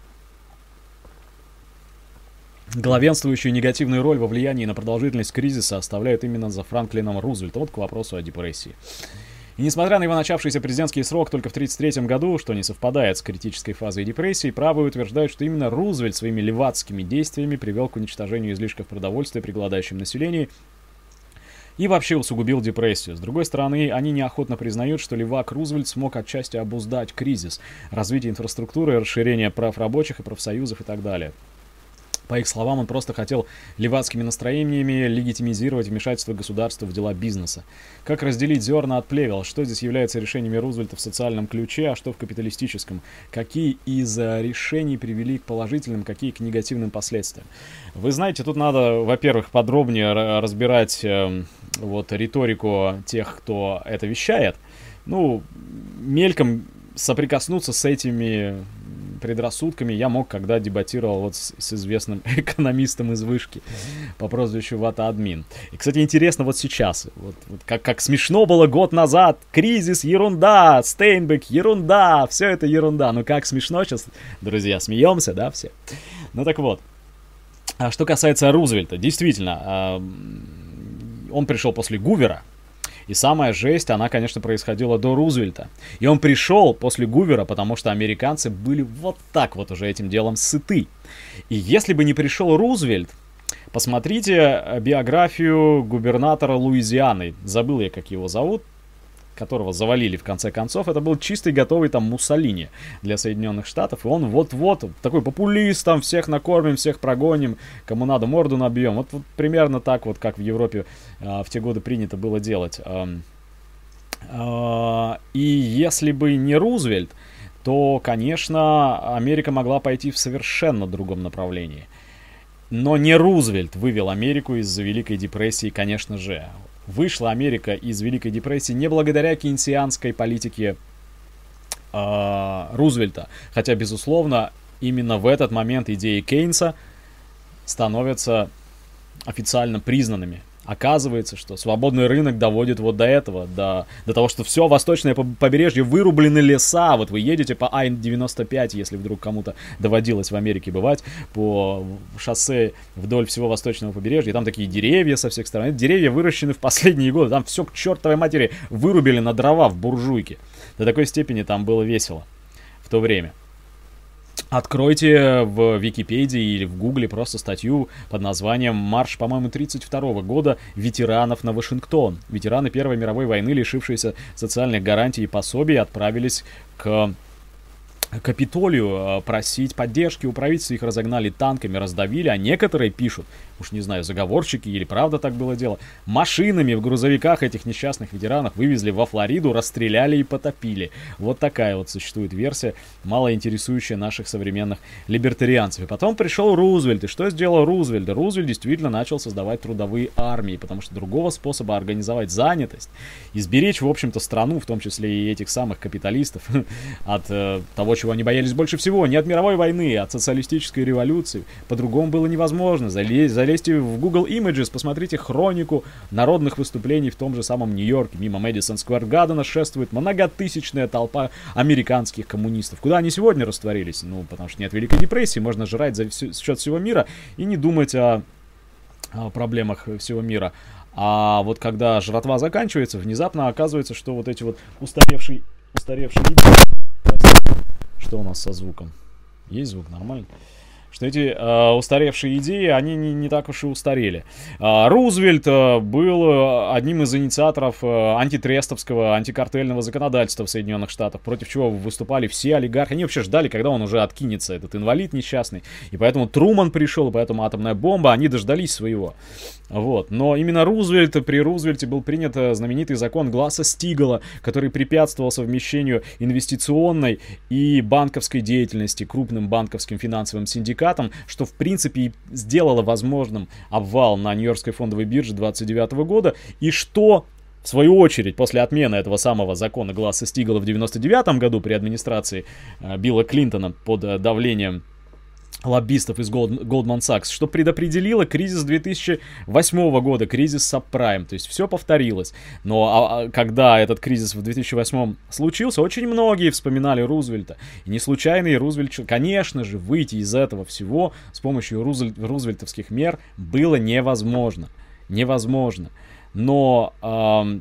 A: главенствующую негативную роль во влиянии на продолжительность кризиса оставляют именно за Франклином Рузвельтом. Вот к вопросу о депрессии. И несмотря на его начавшийся президентский срок только в тысяча девятьсот тридцать третьем году, что не совпадает с критической фазой депрессии, правые утверждают, что именно Рузвельт своими левацкими действиями привел к уничтожению излишков продовольствия при голодающем населении и вообще усугубил депрессию. С другой стороны, они неохотно признают, что левак Рузвельт смог отчасти обуздать кризис, развитие инфраструктуры, расширение прав рабочих и профсоюзов и так далее. По их словам, он просто хотел левацкими настроениями легитимизировать вмешательство государства в дела бизнеса. Как разделить зерна от плевел? Что здесь является решениями Рузвельта в социальном ключе, а что в капиталистическом? Какие из решений привели к положительным, какие к негативным последствиям? Вы знаете, тут надо, во-первых, подробнее разбирать э, вот, риторику тех, кто это вещает. Ну, мельком соприкоснуться с этими предрассудками я мог, когда дебатировал вот с, с известным экономистом из вышки по прозвищу Вата-админ. И, кстати, интересно вот сейчас, вот, вот как, как смешно было год назад, кризис, ерунда, Стейнбек, ерунда, все это ерунда. Ну как смешно сейчас, друзья, смеемся, да, все? Ну так вот, а что касается Рузвельта, действительно, он пришел после Гувера. И самая жесть, она, конечно, происходила до Рузвельта. И он пришел после Гувера, потому что американцы были вот так вот уже этим делом сыты. И если бы не пришел Рузвельт, посмотрите биографию губернатора Луизианы. Забыл я, как его зовут, которого завалили в конце концов. Это был чистый готовый там Муссолини для Соединенных Штатов. И он вот-вот такой популист, там всех накормим, всех прогоним, кому надо морду набьем. Вот, вот примерно так вот, как в Европе а, в те годы принято было делать. А, а, и если бы не Рузвельт, то, конечно, Америка могла пойти в совершенно другом направлении. Но не Рузвельт вывел Америку из Великой депрессии, конечно же. Вышла Америка из Великой депрессии не благодаря кейнсианской политике э, Рузвельта. Хотя, безусловно, именно в этот момент идеи Кейнса становятся официально признанными. Оказывается, что свободный рынок доводит вот до этого, до, до того, что все восточное побережье вырублены леса. Вот вы едете по Ай девяносто пять, если вдруг кому-то доводилось в Америке бывать, по шоссе вдоль всего восточного побережья, и там такие деревья со всех сторон. Эти деревья выращены в последние годы, там все к чертовой матери вырубили на дрова в буржуйке. До такой степени там было весело в то время. Откройте в Википедии или в Гугле просто статью под названием «Марш, по-моему, тридцать второго года ветеранов на Вашингтон». Ветераны Первой мировой войны, лишившиеся социальных гарантий и пособий, отправились к Капитолию просить поддержки у правительства. Их разогнали танками, раздавили, а некоторые пишут, уж не знаю, заговорщики или правда так было дело, машинами в грузовиках этих несчастных ветеранов вывезли во Флориду, расстреляли и потопили. Вот такая вот существует версия, мало интересующая наших современных либертарианцев. И потом пришел Рузвельт. И что сделал Рузвельт? Рузвельт действительно начал создавать трудовые армии, потому что другого способа организовать занятость и сберечь, в общем-то, страну, в том числе и этих самых капиталистов, от э, того, чего они боялись больше всего, не от мировой войны, а от социалистической революции. По-другому было невозможно. Залез, залезьте в Google Images, посмотрите хронику народных выступлений в том же самом Нью-Йорке. Мимо Мэдисон Сквер Гардена шествует многотысячная толпа американских коммунистов. Куда они сегодня растворились? Ну, потому что нет Великой депрессии, можно жрать за всю, счет всего мира и не думать о, о проблемах всего мира. А вот когда жратва заканчивается, внезапно оказывается, что вот эти вот устаревшие, устаревшие Что у нас со звуком? Есть звук? Нормально? Что эти э, устаревшие идеи, они не, не так уж и устарели. Э, Рузвельт э, был одним из инициаторов э, антитрестовского, антикартельного законодательства в Соединенных Штатах, против чего выступали все олигархи. Они вообще ждали, когда он уже откинется, этот инвалид несчастный. И поэтому Труман пришел, и поэтому атомная бомба, они дождались своего. Вот. Но именно Рузвельт, при Рузвельте был принят знаменитый закон Гласса-Стигала, который препятствовал совмещению инвестиционной и банковской деятельности крупным банковским финансовым синдикатом, что в принципе и сделало возможным обвал на Нью-Йоркской фондовой бирже двадцать девятого года, и что, в свою очередь, после отмены этого самого закона Гласса-Стигала в девяносто девятом году при администрации э, Билла Клинтона под э, давлением лоббистов из Goldman Sachs, что предопределило кризис две тысячи восьмого года, кризис сабпрайм. То есть все повторилось. Но а, а, когда этот кризис в две тысячи восьмом случился, очень многие вспоминали Рузвельта. И не случайно и Рузвельт, конечно же, выйти из этого всего с помощью Рузвельт, рузвельтовских мер было невозможно. Невозможно. Но э,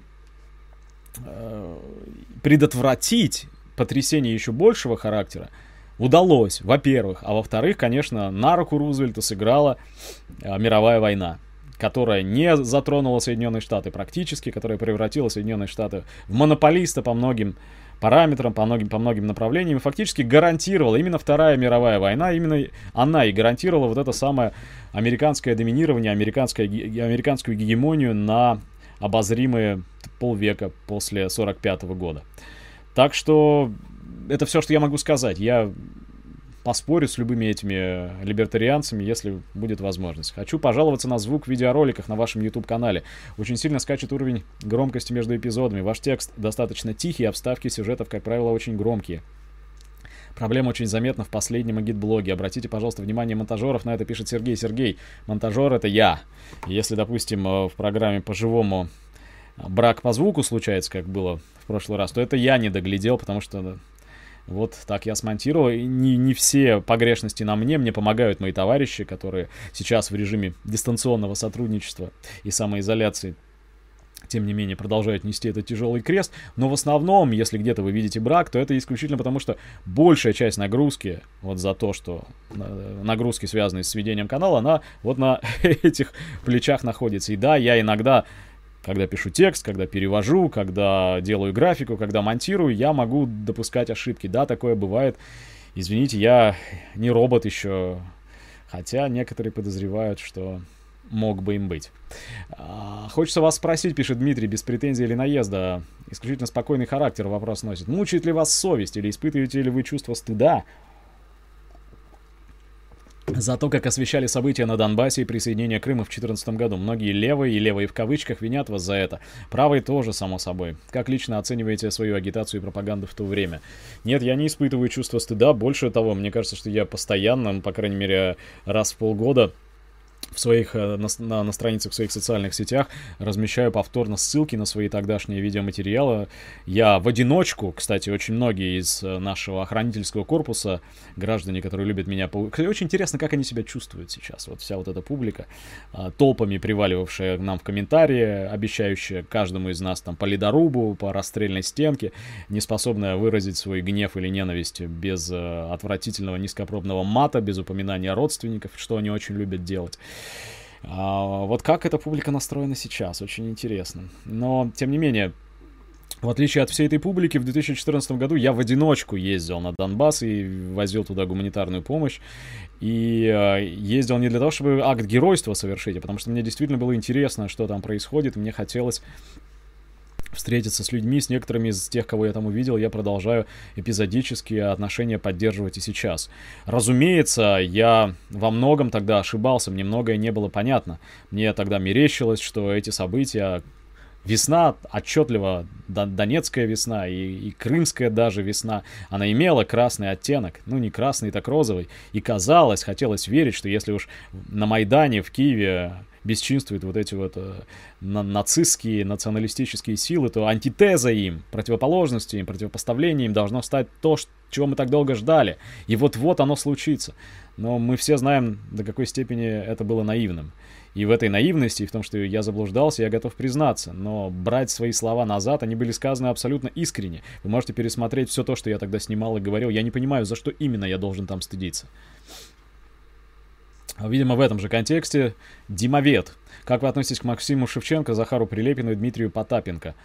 A: э, предотвратить потрясение еще большего характера удалось, во-первых. А во-вторых, конечно, на руку Рузвельта сыграла а, мировая война, которая не затронула Соединенные Штаты практически, которая превратила Соединенные Штаты в монополиста по многим параметрам, по многим, по многим направлениям, и фактически гарантировала, именно Вторая мировая война, именно она и гарантировала вот это самое американское доминирование, американское, американскую гегемонию на обозримые полвека после сорок пятого года. Так что это все, что я могу сказать. Я поспорю с любыми этими либертарианцами, если будет возможность. Хочу пожаловаться на звук в видеороликах на вашем YouTube-канале. Очень сильно скачет уровень громкости между эпизодами. Ваш текст достаточно тихий, а вставки сюжетов, как правило, очень громкие. Проблема очень заметна в последнем агитблоге. Обратите, пожалуйста, внимание монтажеров на это, пишет Сергей. Сергей, монтажер — это я. Если, допустим, в программе по-живому брак по звуку случается, как было в прошлый раз, то это я не доглядел, потому что вот так я смонтировал. И не, не все погрешности на мне, мне помогают мои товарищи, которые сейчас в режиме дистанционного сотрудничества и самоизоляции, тем не менее, продолжают нести этот тяжелый крест. Но в основном, если где-то вы видите брак, то это исключительно потому, что большая часть нагрузки, вот за то, что нагрузки, связанные с ведением канала, она вот на этих плечах находится. И да, я иногда, когда пишу текст, когда перевожу, когда делаю графику, когда монтирую, я могу допускать ошибки. Да, такое бывает. Извините, я не робот еще, хотя некоторые подозревают, что мог бы им быть. Хочется вас спросить, пишет Дмитрий, без претензий или наезда. Исключительно спокойный характер вопрос носит. Мучает ли вас совесть или испытываете ли вы чувство стыда за то, как освещали события на Донбассе и присоединение Крыма в две тысячи четырнадцатом году? Многие левые, и левые в кавычках, винят вас за это. Правые тоже, само собой. Как лично оцениваете свою агитацию и пропаганду в то время? Нет, я не испытываю чувство стыда. Больше того, мне кажется, что я постоянно, по крайней мере, раз в полгода в своих, на, на, на страницах в своих социальных сетях размещаю повторно ссылки на свои тогдашние видеоматериалы. Я в одиночку, кстати, очень многие из нашего охранительского корпуса, граждане, которые любят меня, очень интересно, как они себя чувствуют сейчас. Вот вся вот эта публика, толпами приваливавшая нам в комментарии, обещающая каждому из нас там по ледорубу, по расстрельной стенке, не способная выразить свой гнев или ненависть без отвратительного низкопробного мата, без упоминания родственников, что они очень любят делать. А, вот как эта публика настроена сейчас, очень интересно. Но, тем не менее, в отличие от всей этой публики, в две тысячи четырнадцатом году я в одиночку ездил на Донбасс и возил туда гуманитарную помощь. И э, ездил не для того, чтобы акт геройства совершить, а потому что мне действительно было интересно, что там происходит. Мне хотелось встретиться с людьми, с некоторыми из тех, кого я там увидел, я продолжаю эпизодически отношения поддерживать и сейчас. Разумеется, я во многом тогда ошибался, мне многое не было понятно. Мне тогда мерещилось, что эти события... Весна, отчетливо, донецкая весна и, и крымская даже весна, она имела красный оттенок, ну не красный, так розовый. И казалось, хотелось верить, что если уж на Майдане в Киеве бесчинствуют вот эти вот э, на- нацистские, националистические силы, то антитеза им, противоположностью им, противопоставлением им должно стать то, чего мы так долго ждали. И вот-вот оно случится. Но мы все знаем, до какой степени это было наивным. И в этой наивности, и в том, что я заблуждался, я готов признаться. Но брать свои слова назад, они были сказаны абсолютно искренне. Вы можете пересмотреть все то, что я тогда снимал и говорил. Я не понимаю, за что именно я должен там стыдиться. Видимо, в этом же контексте Димовед. Как вы относитесь к Максиму Шевченко, Захару Прилепину и Дмитрию Потапенко?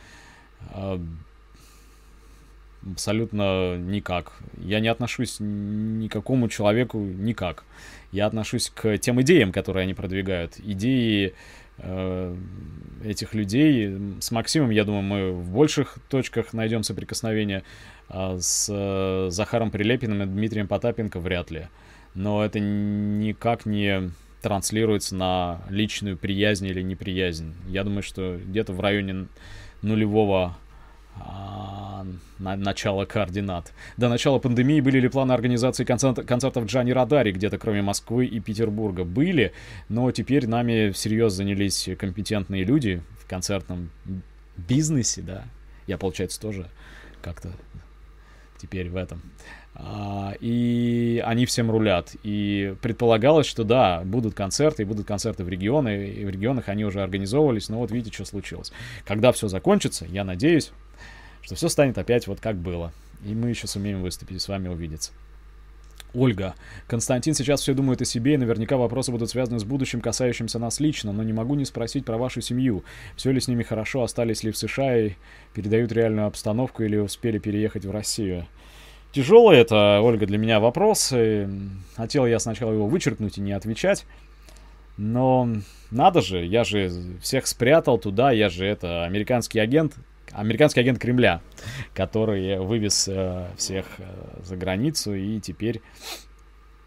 A: Абсолютно никак. Я не отношусь ни к какому человеку никак. Я отношусь к тем идеям, которые они продвигают. Идеи э, этих людей. С Максимом, я думаю, мы в больших точках найдем соприкосновение. А с э, Захаром Прилепиным и Дмитрием Потапенко вряд ли. Но это никак не транслируется на личную приязнь или неприязнь. Я думаю, что где-то в районе нулевого а, на, начала координат. До начала пандемии были ли планы организации концерт, концертов Джани Родари где-то кроме Москвы и Петербурга? Были, но теперь нами всерьез занялись компетентные люди в концертном бизнесе, да. Я, получается, тоже как-то теперь в этом. А, и они всем рулят. И предполагалось, что да, будут концерты, и будут концерты в регионы, и в регионах они уже организовывались, но вот видите, что случилось. Когда все закончится, я надеюсь, что все станет опять вот как было. И мы еще сумеем выступить и с вами увидеться. Ольга. Константин, сейчас все думают о себе, и наверняка вопросы будут связаны с будущим, касающимся нас лично, но не могу не спросить про вашу семью. Все ли с ними хорошо, остались ли в США и передают реальную обстановку или успели переехать в Россию? Тяжелый это, Ольга, для меня вопрос. И хотел я сначала его вычеркнуть и не отвечать. Но надо же, я же всех спрятал туда, я же это американский агент, американский агент Кремля, который вывез э, всех э, за границу и теперь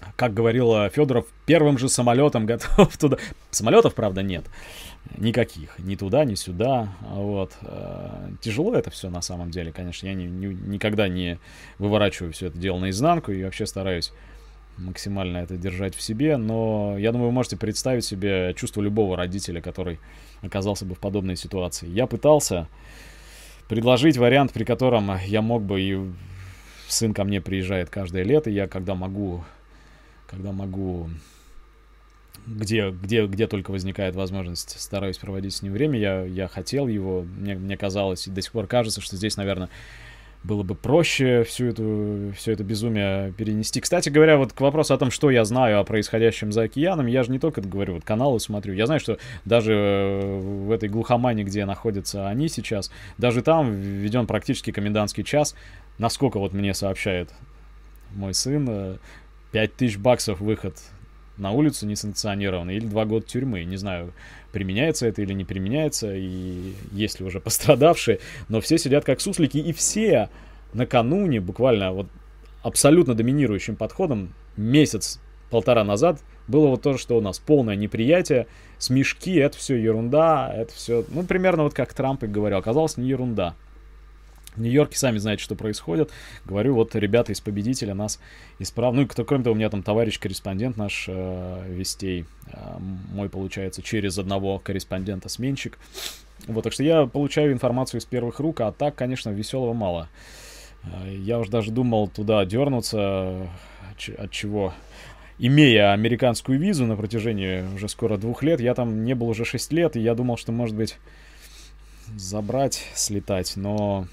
A: как говорил Федоров, первым же самолетом готов туда. Самолетов, правда, нет. Никаких. Ни туда, ни сюда. Вот. Тяжело это все на самом деле, конечно. Я не, не, никогда не выворачиваю все это дело наизнанку и вообще стараюсь максимально это держать в себе. Но я думаю, вы можете представить себе чувство любого родителя, который оказался бы в подобной ситуации. Я пытался предложить вариант, при котором я мог бы, и сын ко мне приезжает каждое лето, я когда могу, когда могу... Где, где, где только возникает возможность, стараюсь проводить с ним время. Я, я хотел его, мне, мне казалось, и до сих пор кажется, что здесь, наверное, было бы проще всю эту, все это безумие перенести. Кстати говоря, вот к вопросу о том, что я знаю о происходящем за океаном, я же не только говорю, вот каналы смотрю. Я знаю, что даже в этой глухомане, где находятся они сейчас, даже там введен практически комендантский час. Насколько вот мне сообщает мой сын, пять тысяч баксов выход на улицу несанкционированный или два года тюрьмы. Не знаю, применяется это или не применяется, и есть ли уже пострадавшие, но все сидят как суслики, и все накануне, буквально вот абсолютно доминирующим подходом, месяц-полтора назад было вот то, что у нас полное неприятие, смешки, это все ерунда, это все, ну, примерно вот как Трамп и говорил, оказалось, не ерунда. В Нью-Йорке сами знаете, что происходит. Говорю, вот ребята из «Победителя» нас исправно... Ну, кто, кроме того, у меня там товарищ-корреспондент наш э, Вестей. Э, мой, получается, через одного корреспондента-сменщик. Вот, так что я получаю информацию из первых рук, а так, конечно, веселого мало. Э, я уж даже думал туда дернуться, от чего... Имея американскую визу на протяжении уже скоро двух лет, я там не был уже шесть лет, и я думал, что, может быть, забрать, слетать, но...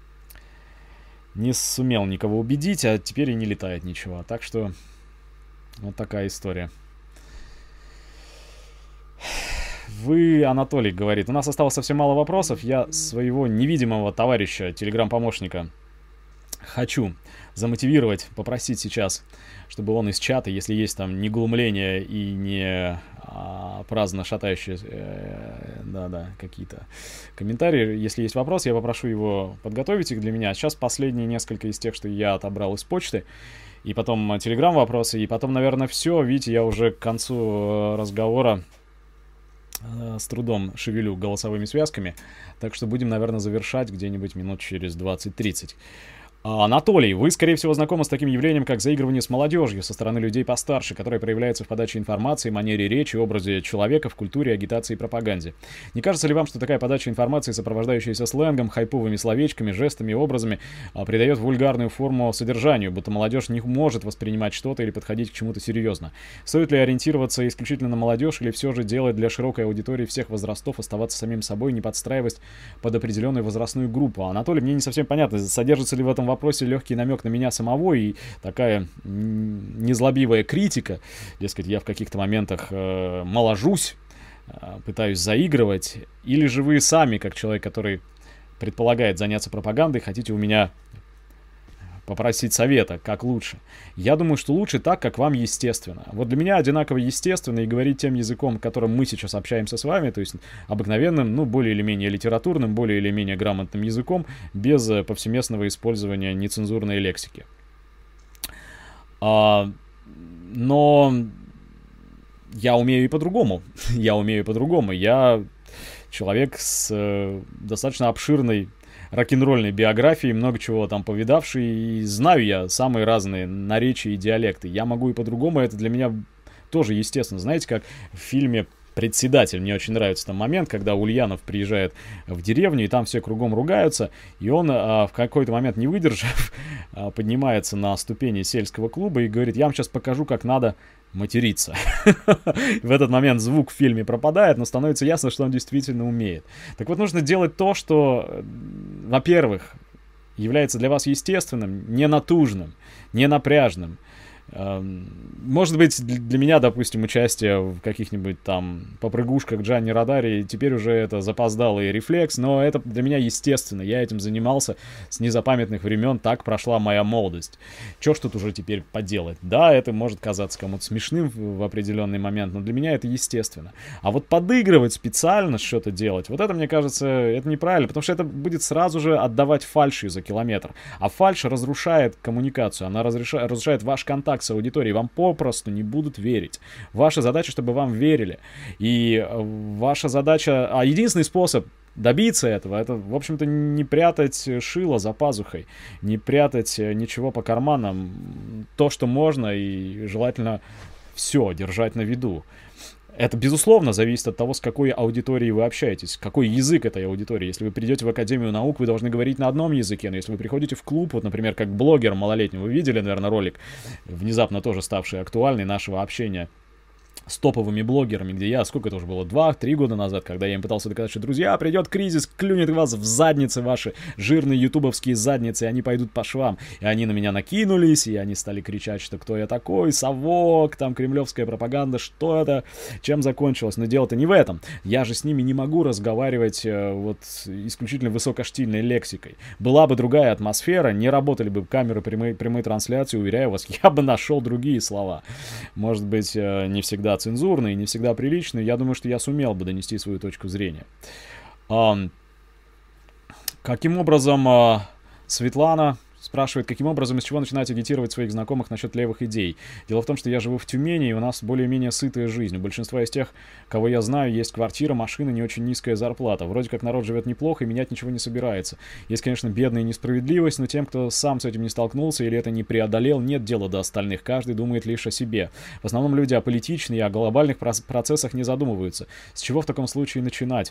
A: Не сумел никого убедить, а теперь и не летает ничего. Так что вот такая история. Вы, Анатолий, говорит, у нас осталось совсем мало вопросов. Я своего невидимого товарища, телеграм-помощника, хочу замотивировать, попросить сейчас, чтобы он из чата, если есть там не глумление и не а, праздно шатающие, э, да-да, какие-то комментарии, если есть вопрос, я попрошу его подготовить их для меня. Сейчас последние несколько из тех, что я отобрал из почты, и потом телеграм-вопросы, и потом, наверное, все. Видите, я уже к концу разговора э, с трудом шевелю голосовыми связками, так что будем, наверное, завершать где-нибудь минут через двадцать-тридцать. Анатолий, вы, скорее всего, знакомы с таким явлением, как заигрывание с молодежью со стороны людей постарше, которое проявляется в подаче информации, манере речи, образе человека в культуре, агитации и пропаганде. Не кажется ли вам, что такая подача информации, сопровождающаяся сленгом, хайповыми словечками, жестами и образами, придает вульгарную форму содержанию, будто молодежь не может воспринимать что-то или подходить к чему-то серьезно? Стоит ли ориентироваться исключительно на молодежь или все же делать для широкой аудитории всех возрастов, оставаться самим собой, не подстраиваясь под определенную возрастную группу? Анатолий, мне не совсем понятно, содержится ли в этом вопросе вопросе легкий намек на меня самого и такая незлобивая критика, дескать, я в каких-то моментах э, моложусь, э, пытаюсь заигрывать, или же вы сами, как человек, который предполагает заняться пропагандой, хотите у меня попросить совета, как лучше. Я думаю, что лучше так, как вам естественно. Вот для меня одинаково естественно и говорить тем языком, которым мы сейчас общаемся с вами, то есть обыкновенным, ну, более или менее литературным, более или менее грамотным языком, без повсеместного использования нецензурной лексики. А, но я умею и по-другому. я умею и по-другому. Я человек с э, достаточно обширной рок-н-ролльной биографии, много чего там повидавший, и знаю я самые разные наречия и диалекты. Я могу и по-другому, это для меня тоже естественно. Знаете, как в фильме «Председатель», мне очень нравится там момент, когда Ульянов приезжает в деревню, и там все кругом ругаются, и он а, в какой-то момент, не выдержав, а, поднимается на ступени сельского клуба и говорит: я вам сейчас покажу, как надо материться. В этот момент звук в фильме пропадает, но становится ясно, что он действительно умеет. Так вот, нужно делать то, что, во-первых, является для вас естественным, не натужным, не напряжным. Может быть, для меня, допустим, участие в каких-нибудь там попрыгушках Джанни Родари теперь уже это запоздалый рефлекс, но это для меня естественно. Я этим занимался с незапамятных времен, так прошла моя молодость. Чё ж тут уже теперь поделать? Да, это может казаться кому-то смешным в определенный момент, но для меня это естественно. А вот подыгрывать специально, что-то делать, вот это, мне кажется, это неправильно, потому что это будет сразу же отдавать фальшью за километр. А фальшь разрушает коммуникацию, она разрушает ваш контакт так с аудиторией, вам попросту не будут верить. Ваша задача, чтобы вам верили. И ваша задача, а единственный способ добиться этого, это, в общем-то, не прятать шило за пазухой, не прятать ничего по карманам, то, что можно, и желательно все держать на виду. Это, безусловно, зависит от того, с какой аудиторией вы общаетесь, какой язык этой аудитории. Если вы придете в Академию наук, вы должны говорить на одном языке, но если вы приходите в клуб, вот, например, как блогер малолетний, вы видели, наверное, ролик, внезапно тоже ставший актуальный, нашего общения с топовыми блогерами, где я, сколько это уже было, два-три года назад, когда я им пытался доказать, что, друзья, придет кризис, клюнет вас в задницы ваши, жирные ютубовские задницы, и они пойдут по швам. И они на меня накинулись, и они стали кричать, что кто я такой, совок, там кремлевская пропаганда, что это, чем закончилось. Но дело-то не в этом. Я же с ними не могу разговаривать э, вот исключительно высокоштильной лексикой. Была бы другая атмосфера, не работали бы камеры прямой, прямой трансляции, уверяю вас, я бы нашел другие слова. Может быть, э, не всегда цензурные, не всегда приличные, я думаю, что я сумел бы донести свою точку зрения. А, каким образом а, Светлана спрашивает, каким образом, из чего начинать агитировать своих знакомых насчет левых идей. Дело в том, что я живу в Тюмени, и у нас более-менее сытая жизнь. У большинства из тех, кого я знаю, есть квартира, машина, не очень низкая зарплата. Вроде как народ живет неплохо и менять ничего не собирается. Есть, конечно, бедная несправедливость, но тем, кто сам с этим не столкнулся или это не преодолел, нет дела до остальных. Каждый думает лишь о себе. В основном люди аполитичные, о глобальных процессах не задумываются. С чего в таком случае начинать?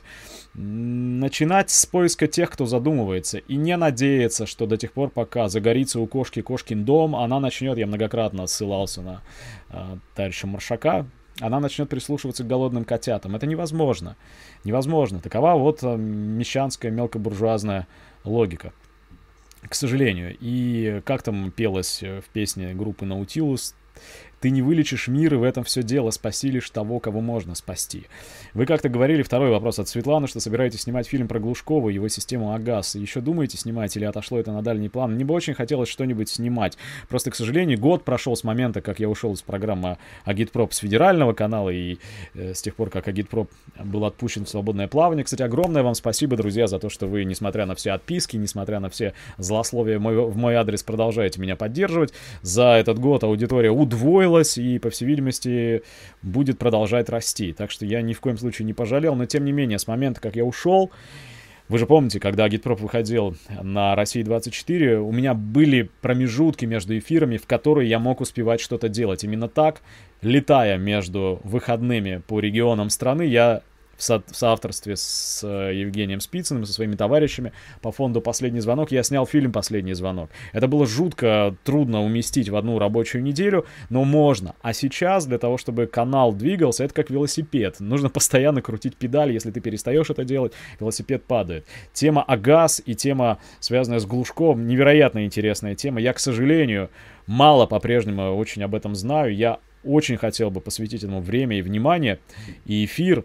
A: Начинать с поиска тех, кто задумывается, и не надеяться, что до тех пор, пока загорится у кошки кошкин дом, она начнет, я многократно ссылался на э, товарища Маршака, она начнет прислушиваться к голодным котятам. Это невозможно. Невозможно. Такова вот э, мещанская мелкобуржуазная логика. К сожалению. И как там пелось в песне группы Наутилус: ты не вылечишь мир, и в этом все дело. Спаси лишь того, кого можно спасти. Вы как-то говорили, второй вопрос от Светланы, что собираетесь снимать фильм про Глушкова и его систему АГАС. Еще думаете снимать или отошло это на дальний план? Мне бы очень хотелось что-нибудь снимать. Просто, к сожалению, год прошел с момента, как я ушел из программы Агитпроп с федерального канала, и э, с тех пор, как Агитпроп был отпущен в свободное плавание. Кстати, огромное вам спасибо, друзья, за то, что вы, несмотря на все отписки, несмотря на все злословия мой, в мой адрес, продолжаете меня поддерживать. За этот год аудитория удвоилась и, по всей видимости, будет продолжать расти. Так что я ни в коем случае не пожалел. Но, тем не менее, с момента, как я ушел, вы же помните, когда Агитпроп выходил на Россия двадцать четыре, у меня были промежутки между эфирами, в которые я мог успевать что-то делать. Именно так, летая между выходными по регионам страны, я в, со- в соавторстве с э, Евгением Спицыным, со своими товарищами по фонду «Последний звонок», я снял фильм «Последний звонок». Это было жутко трудно уместить в одну рабочую неделю, но можно. А сейчас для того, чтобы канал двигался, это как велосипед. Нужно постоянно крутить педали. Если ты перестаешь это делать, велосипед падает. Тема АГАС и тема, связанная с Глушковым, невероятно интересная тема. Я, к сожалению, мало по-прежнему очень об этом знаю. Я очень хотел бы посвятить этому время и внимание, и эфир.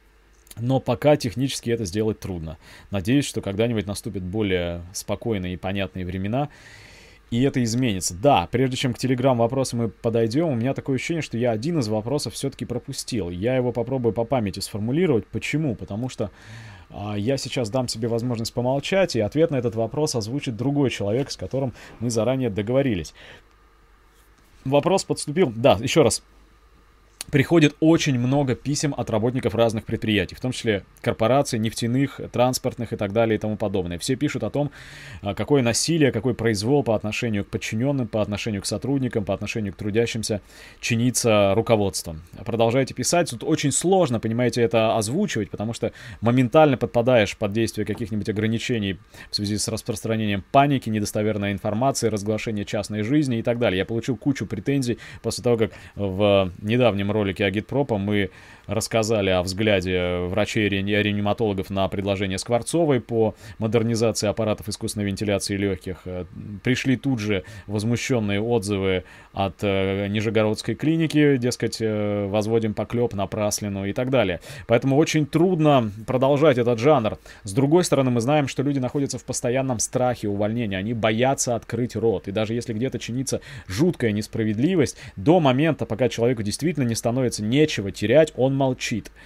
A: Но пока технически это сделать трудно. Надеюсь, что когда-нибудь наступят более спокойные и понятные времена, и это изменится. Да, прежде чем к телеграм-вопросу мы подойдем, у меня такое ощущение, что я один из вопросов все-таки пропустил. Я его попробую по памяти сформулировать. Почему? Потому что а, я сейчас дам себе возможность помолчать, и ответ на этот вопрос озвучит другой человек, с которым мы заранее договорились. Вопрос подступил... Да, еще раз. Приходит очень много писем от работников разных предприятий, в том числе корпораций, нефтяных, транспортных и так далее и тому подобное. Все пишут о том, какое насилие, какой произвол по отношению к подчиненным, по отношению к сотрудникам, по отношению к трудящимся чинится руководством. Продолжайте писать. Тут очень сложно, понимаете, это озвучивать, потому что моментально подпадаешь под действие каких-нибудь ограничений в связи с распространением паники, недостоверной информации, разглашения частной жизни и так далее. Я получил кучу претензий после того, как в недавнем ролике Агитпропа мы рассказали о взгляде врачей и реаниматологов на предложение Скворцовой по модернизации аппаратов искусственной вентиляции легких. Пришли тут же возмущенные отзывы от э, Нижегородской клиники, дескать, э, возводим поклеп напраслину и так далее. Поэтому очень трудно продолжать этот жанр. С другой стороны, мы знаем, что люди находятся в постоянном страхе увольнения. Они боятся открыть рот. И даже если где-то чинится жуткая несправедливость, до момента, пока человеку действительно не становится нечего терять, он молчит.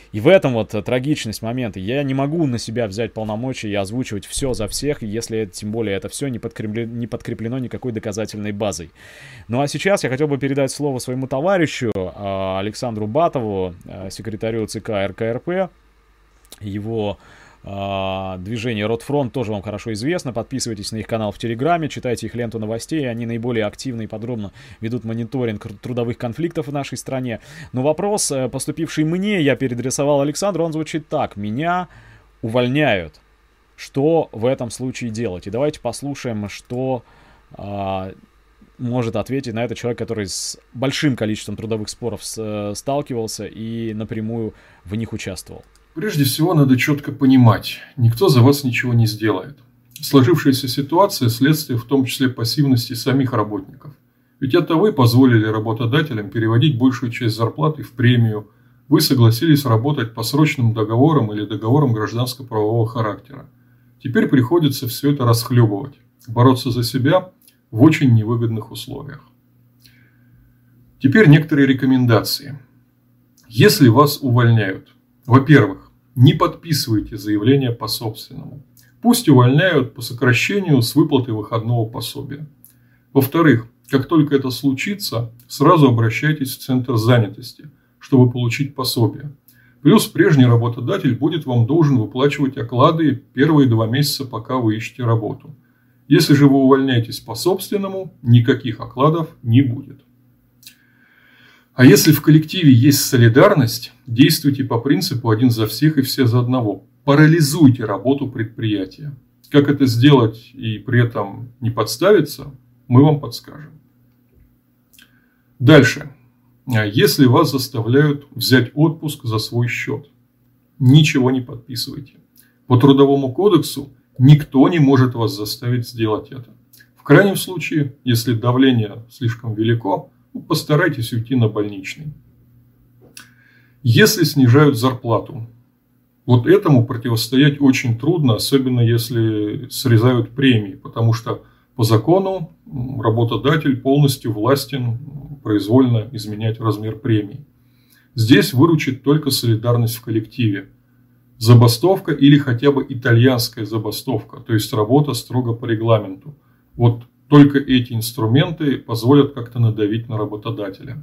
A: И в этом вот трагичность момента. Я не могу на себя взять полномочия и озвучивать все за всех, если тем более это все не подкреплено, не подкреплено никакой доказательной базой. Ну а сейчас я хотел бы передать слово своему товарищу Александру Батову, секретарю ЦК эр ка эр пэ. Его движение Ротфронт тоже вам хорошо известно. Подписывайтесь на их канал в Телеграме, читайте их ленту новостей. Они наиболее активно и подробно ведут мониторинг трудовых конфликтов в нашей стране. Но вопрос, поступивший мне, я переадресовал Александру, он звучит так. Меня увольняют. Что в этом случае делать? И давайте послушаем, что а, может ответить на это человек, который с большим количеством трудовых споров с, сталкивался и напрямую в них участвовал.
B: Прежде всего, надо четко понимать, никто за вас ничего не сделает. Сложившаяся ситуация – следствие в том числе пассивности самих работников. Ведь это вы позволили работодателям переводить большую часть зарплаты в премию, вы согласились работать по срочным договорам или договорам гражданско-правового характера. Теперь приходится все это расхлебывать, бороться за себя в очень невыгодных условиях. Теперь некоторые рекомендации. Если вас увольняют, во-первых, не подписывайте заявление по собственному. Пусть увольняют по сокращению с выплатой выходного пособия. Во-вторых, как только это случится, сразу обращайтесь в центр занятости, чтобы получить пособие. Плюс прежний работодатель будет вам должен выплачивать оклады первые два месяца, пока вы ищете работу. Если же вы увольняетесь по собственному, никаких окладов не будет. А если в коллективе есть солидарность, действуйте по принципу один за всех и все за одного. Парализуйте работу предприятия. Как это сделать и при этом не подставиться, мы вам подскажем. Дальше. Если вас заставляют взять отпуск за свой счет, ничего не подписывайте. По Трудовому кодексу никто не может вас заставить сделать это. В крайнем случае, если давление слишком велико, постарайтесь уйти на больничный. Если снижают зарплату, вот этому противостоять очень трудно, особенно если срезают премии, потому что по закону работодатель полностью властен произвольно изменять размер премий. Здесь выручит только солидарность в коллективе. Забастовка или хотя бы итальянская забастовка, то есть работа строго по регламенту. Вот только эти инструменты позволят как-то надавить на работодателя.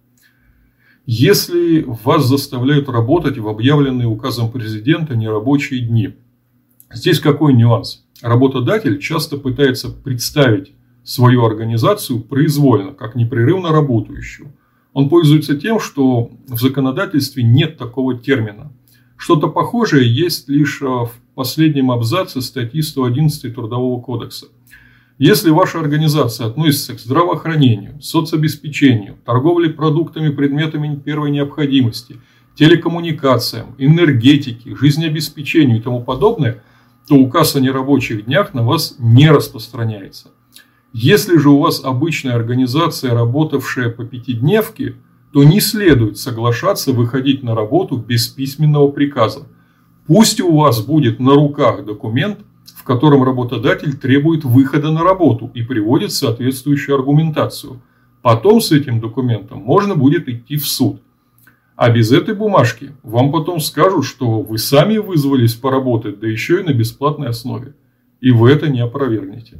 B: Если вас заставляют работать в объявленные указом президента нерабочие дни, здесь какой нюанс? Работодатель часто пытается представить свою организацию произвольно, как непрерывно работающую. Он пользуется тем, что в законодательстве нет такого термина. Что-то похожее есть лишь в последнем абзаце статьи сто одиннадцать Трудового кодекса. Если ваша организация относится к здравоохранению, соцобеспечению, торговле продуктами, предметами первой необходимости, телекоммуникациям, энергетике, жизнеобеспечению и тому подобное, то указ о нерабочих днях на вас не распространяется. Если же у вас обычная организация, работавшая по пятидневке, то не следует соглашаться выходить на работу без письменного приказа. Пусть у вас будет на руках документ, в котором работодатель требует выхода на работу и приводит соответствующую аргументацию. Потом с этим документом можно будет идти в суд. А без этой бумажки вам потом скажут, что вы сами вызвались поработать, да еще и на бесплатной основе. И вы это не опровергнете.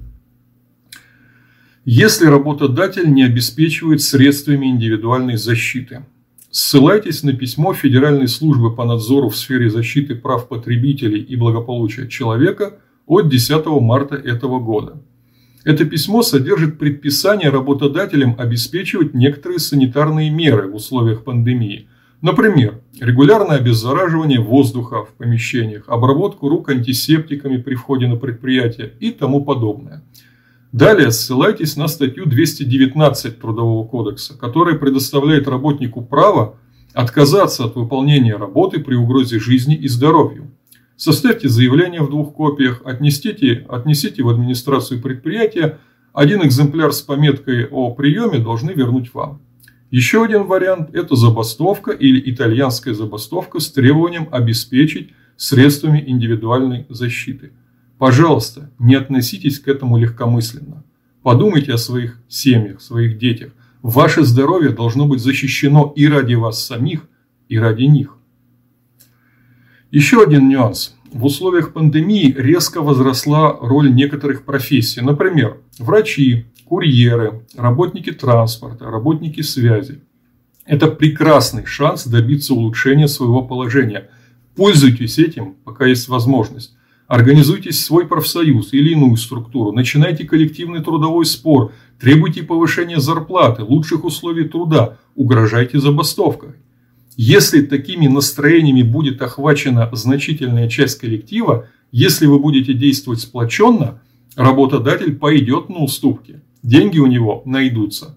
B: Если работодатель не обеспечивает средствами индивидуальной защиты, ссылайтесь на письмо Федеральной службы по надзору в сфере защиты прав потребителей и благополучия человека от десятого марта этого года. Это письмо содержит предписание работодателям обеспечивать некоторые санитарные меры в условиях пандемии. Например, регулярное обеззараживание воздуха в помещениях, обработку рук антисептиками при входе на предприятие и тому подобное. Далее ссылайтесь на статью двести девятнадцать Трудового кодекса, которая предоставляет работнику право отказаться от выполнения работы при угрозе жизни и здоровью. Составьте заявление в двух копиях, отнесите, отнесите в администрацию предприятия, один экземпляр с пометкой о приеме должны вернуть вам. Еще один вариант – это забастовка или итальянская забастовка с требованием обеспечить средствами индивидуальной защиты. Пожалуйста, не относитесь к этому легкомысленно. Подумайте о своих семьях, своих детях. Ваше здоровье должно быть защищено и ради вас самих, и ради них. Еще один нюанс. В условиях пандемии резко возросла роль некоторых профессий. Например, врачи, курьеры, работники транспорта, работники связи. Это прекрасный шанс добиться улучшения своего положения. Пользуйтесь этим, пока есть возможность. Организуйте свой профсоюз или иную структуру. Начинайте коллективный трудовой спор. Требуйте повышения зарплаты, лучших условий труда. Угрожайте забастовкой. Если такими настроениями будет охвачена значительная часть коллектива, если вы будете действовать сплоченно, работодатель пойдет на уступки. Деньги у него найдутся.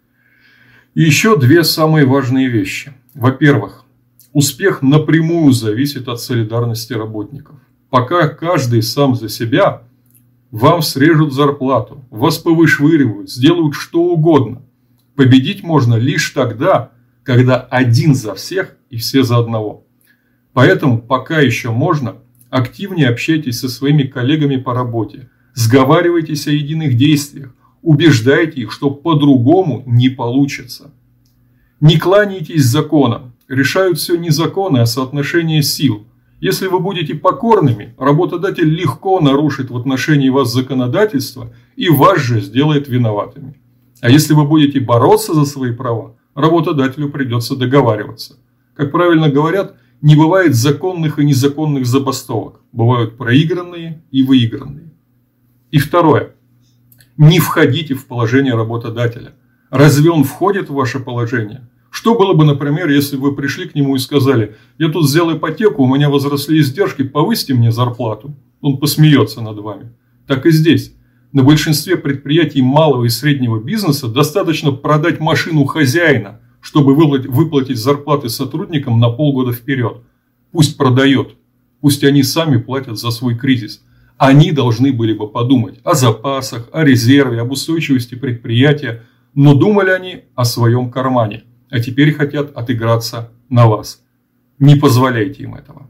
B: И еще две самые важные вещи. Во-первых, успех напрямую зависит от солидарности работников. Пока каждый сам за себя, вам срежут зарплату, вас повышвыривают, сделают что угодно. Победить можно лишь тогда, когда один за всех и все за одного. Поэтому пока еще можно, активнее общайтесь со своими коллегами по работе, сговаривайтесь о единых действиях, убеждайте их, что по-другому не получится. Не кланяйтесь законам, решают все не законы, а соотношение сил. Если вы будете покорными, работодатель легко нарушит в отношении вас законодательство и вас же сделает виноватыми. А если вы будете бороться за свои права, работодателю придется договариваться. Как правильно говорят, не бывает законных и незаконных забастовок. Бывают проигранные и выигранные. И второе. Не входите в положение работодателя. Разве он входит в ваше положение? Что было бы, например, если бы вы пришли к нему и сказали: я тут взял ипотеку, у меня возросли издержки, повысьте мне зарплату. Он посмеется над вами. Так и здесь. На большинстве предприятий малого и среднего бизнеса достаточно продать машину хозяина, чтобы выплатить зарплаты сотрудникам на полгода вперед. Пусть продает. Пусть они сами платят за свой кризис. Они должны были бы подумать о запасах, о резерве, об устойчивости предприятия. Но думали они о своем кармане. А теперь хотят отыграться на вас. Не позволяйте им этого.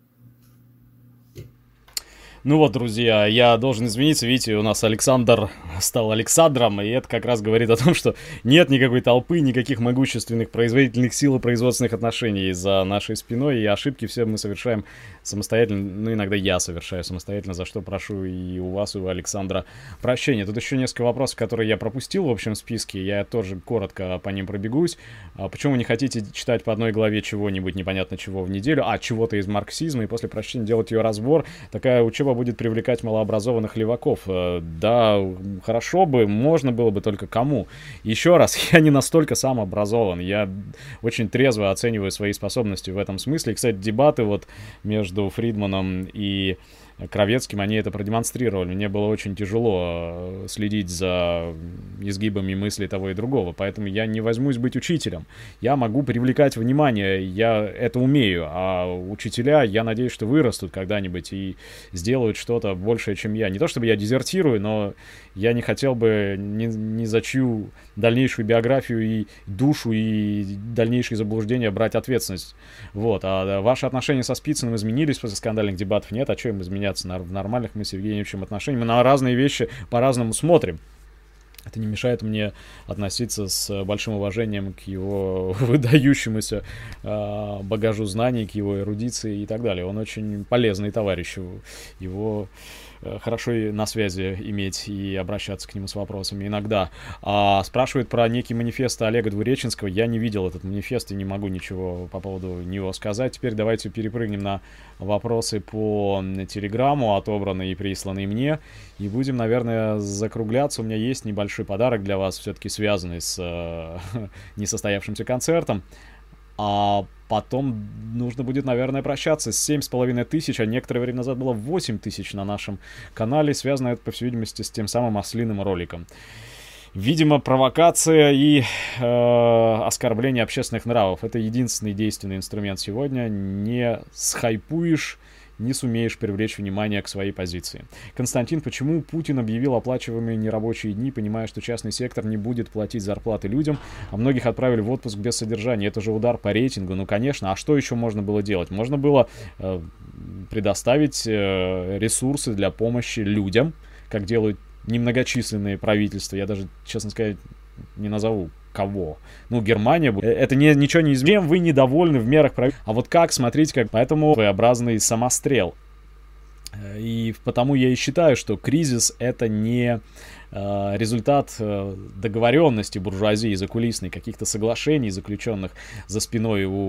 A: Ну вот, друзья, я должен извиниться, видите, у нас Александр стал Александром, и это как раз говорит о том, что нет никакой толпы, никаких могущественных производительных сил и производственных отношений за нашей спиной, и ошибки все мы совершаем самостоятельно, ну иногда я совершаю самостоятельно, за что прошу и у вас, и у Александра прощения. Тут еще несколько вопросов, которые я пропустил в общем списке, я тоже коротко по ним пробегусь. Почему вы не хотите читать по одной главе чего-нибудь непонятно чего в неделю, а чего-то из марксизма, и после прочтения делать ее разбор? Такая учеба будет привлекать малообразованных леваков. Да, хорошо бы, можно было бы, только кому? Еще раз, я не настолько сам образован, я очень трезво оцениваю свои способности в этом смысле. И, кстати, дебаты вот между Фридманом и Кравецким, они это продемонстрировали. Мне было очень тяжело следить за изгибами мыслей того и другого, поэтому я не возьмусь быть учителем. Я могу привлекать внимание, я это умею, а учителя, я надеюсь, что вырастут когда-нибудь и сделают что-то большее, чем я. Не то чтобы я дезертирую, но я не хотел бы ни, ни за чью дальнейшую биографию и душу, и дальнейшие заблуждения брать ответственность. Вот. А ваши отношения со Спицыным изменились после скандальных дебатов? Нет, а что им изменяться? В нормальных мы с Евгеньевичем отношениях. Мы на разные вещи по-разному смотрим. Это не мешает мне относиться с большим уважением к его выдающемуся э, багажу знаний, к его эрудиции и так далее. Он очень полезный товарищ. Его э, хорошо на связи иметь и обращаться к нему с вопросами иногда. А, спрашивает про некий манифест Олега Двуреченского. Я не видел этот манифест и не могу ничего по поводу него сказать. Теперь давайте перепрыгнем на вопросы по Телеграму, отобранные и присланные мне. И будем, наверное, закругляться. У меня есть небольшой подарок для вас, все-таки связанный с э, несостоявшимся концертом. А потом нужно будет, наверное, прощаться. Семь с половиной тысяч, а некоторое время назад было восемь тысяч на нашем канале. Связано это, по всей видимости, с тем самым ослиным роликом. Видимо, провокация и э, оскорбление общественных нравов. Это единственный действенный инструмент сегодня. Не схайпуешь, не сумеешь привлечь внимание к своей позиции. Константин, почему Путин объявил оплачиваемые нерабочие дни, понимая, что частный сектор не будет платить зарплаты людям, а многих отправили в отпуск без содержания? Это же удар по рейтингу. Ну, конечно. А что еще можно было делать? Можно было э, предоставить э, ресурсы для помощи людям, как делают немногочисленные правительства. Я даже, честно сказать, не назову кого? Ну, Германия, это не, ничего не изменит. Вы недовольны в мерах правительства. А вот как, смотрите, как, поэтому своеобразный самострел. И потому я и считаю, что кризис — это не э, результат э, договоренности буржуазии закулисной, каких-то соглашений, заключенных за спиной у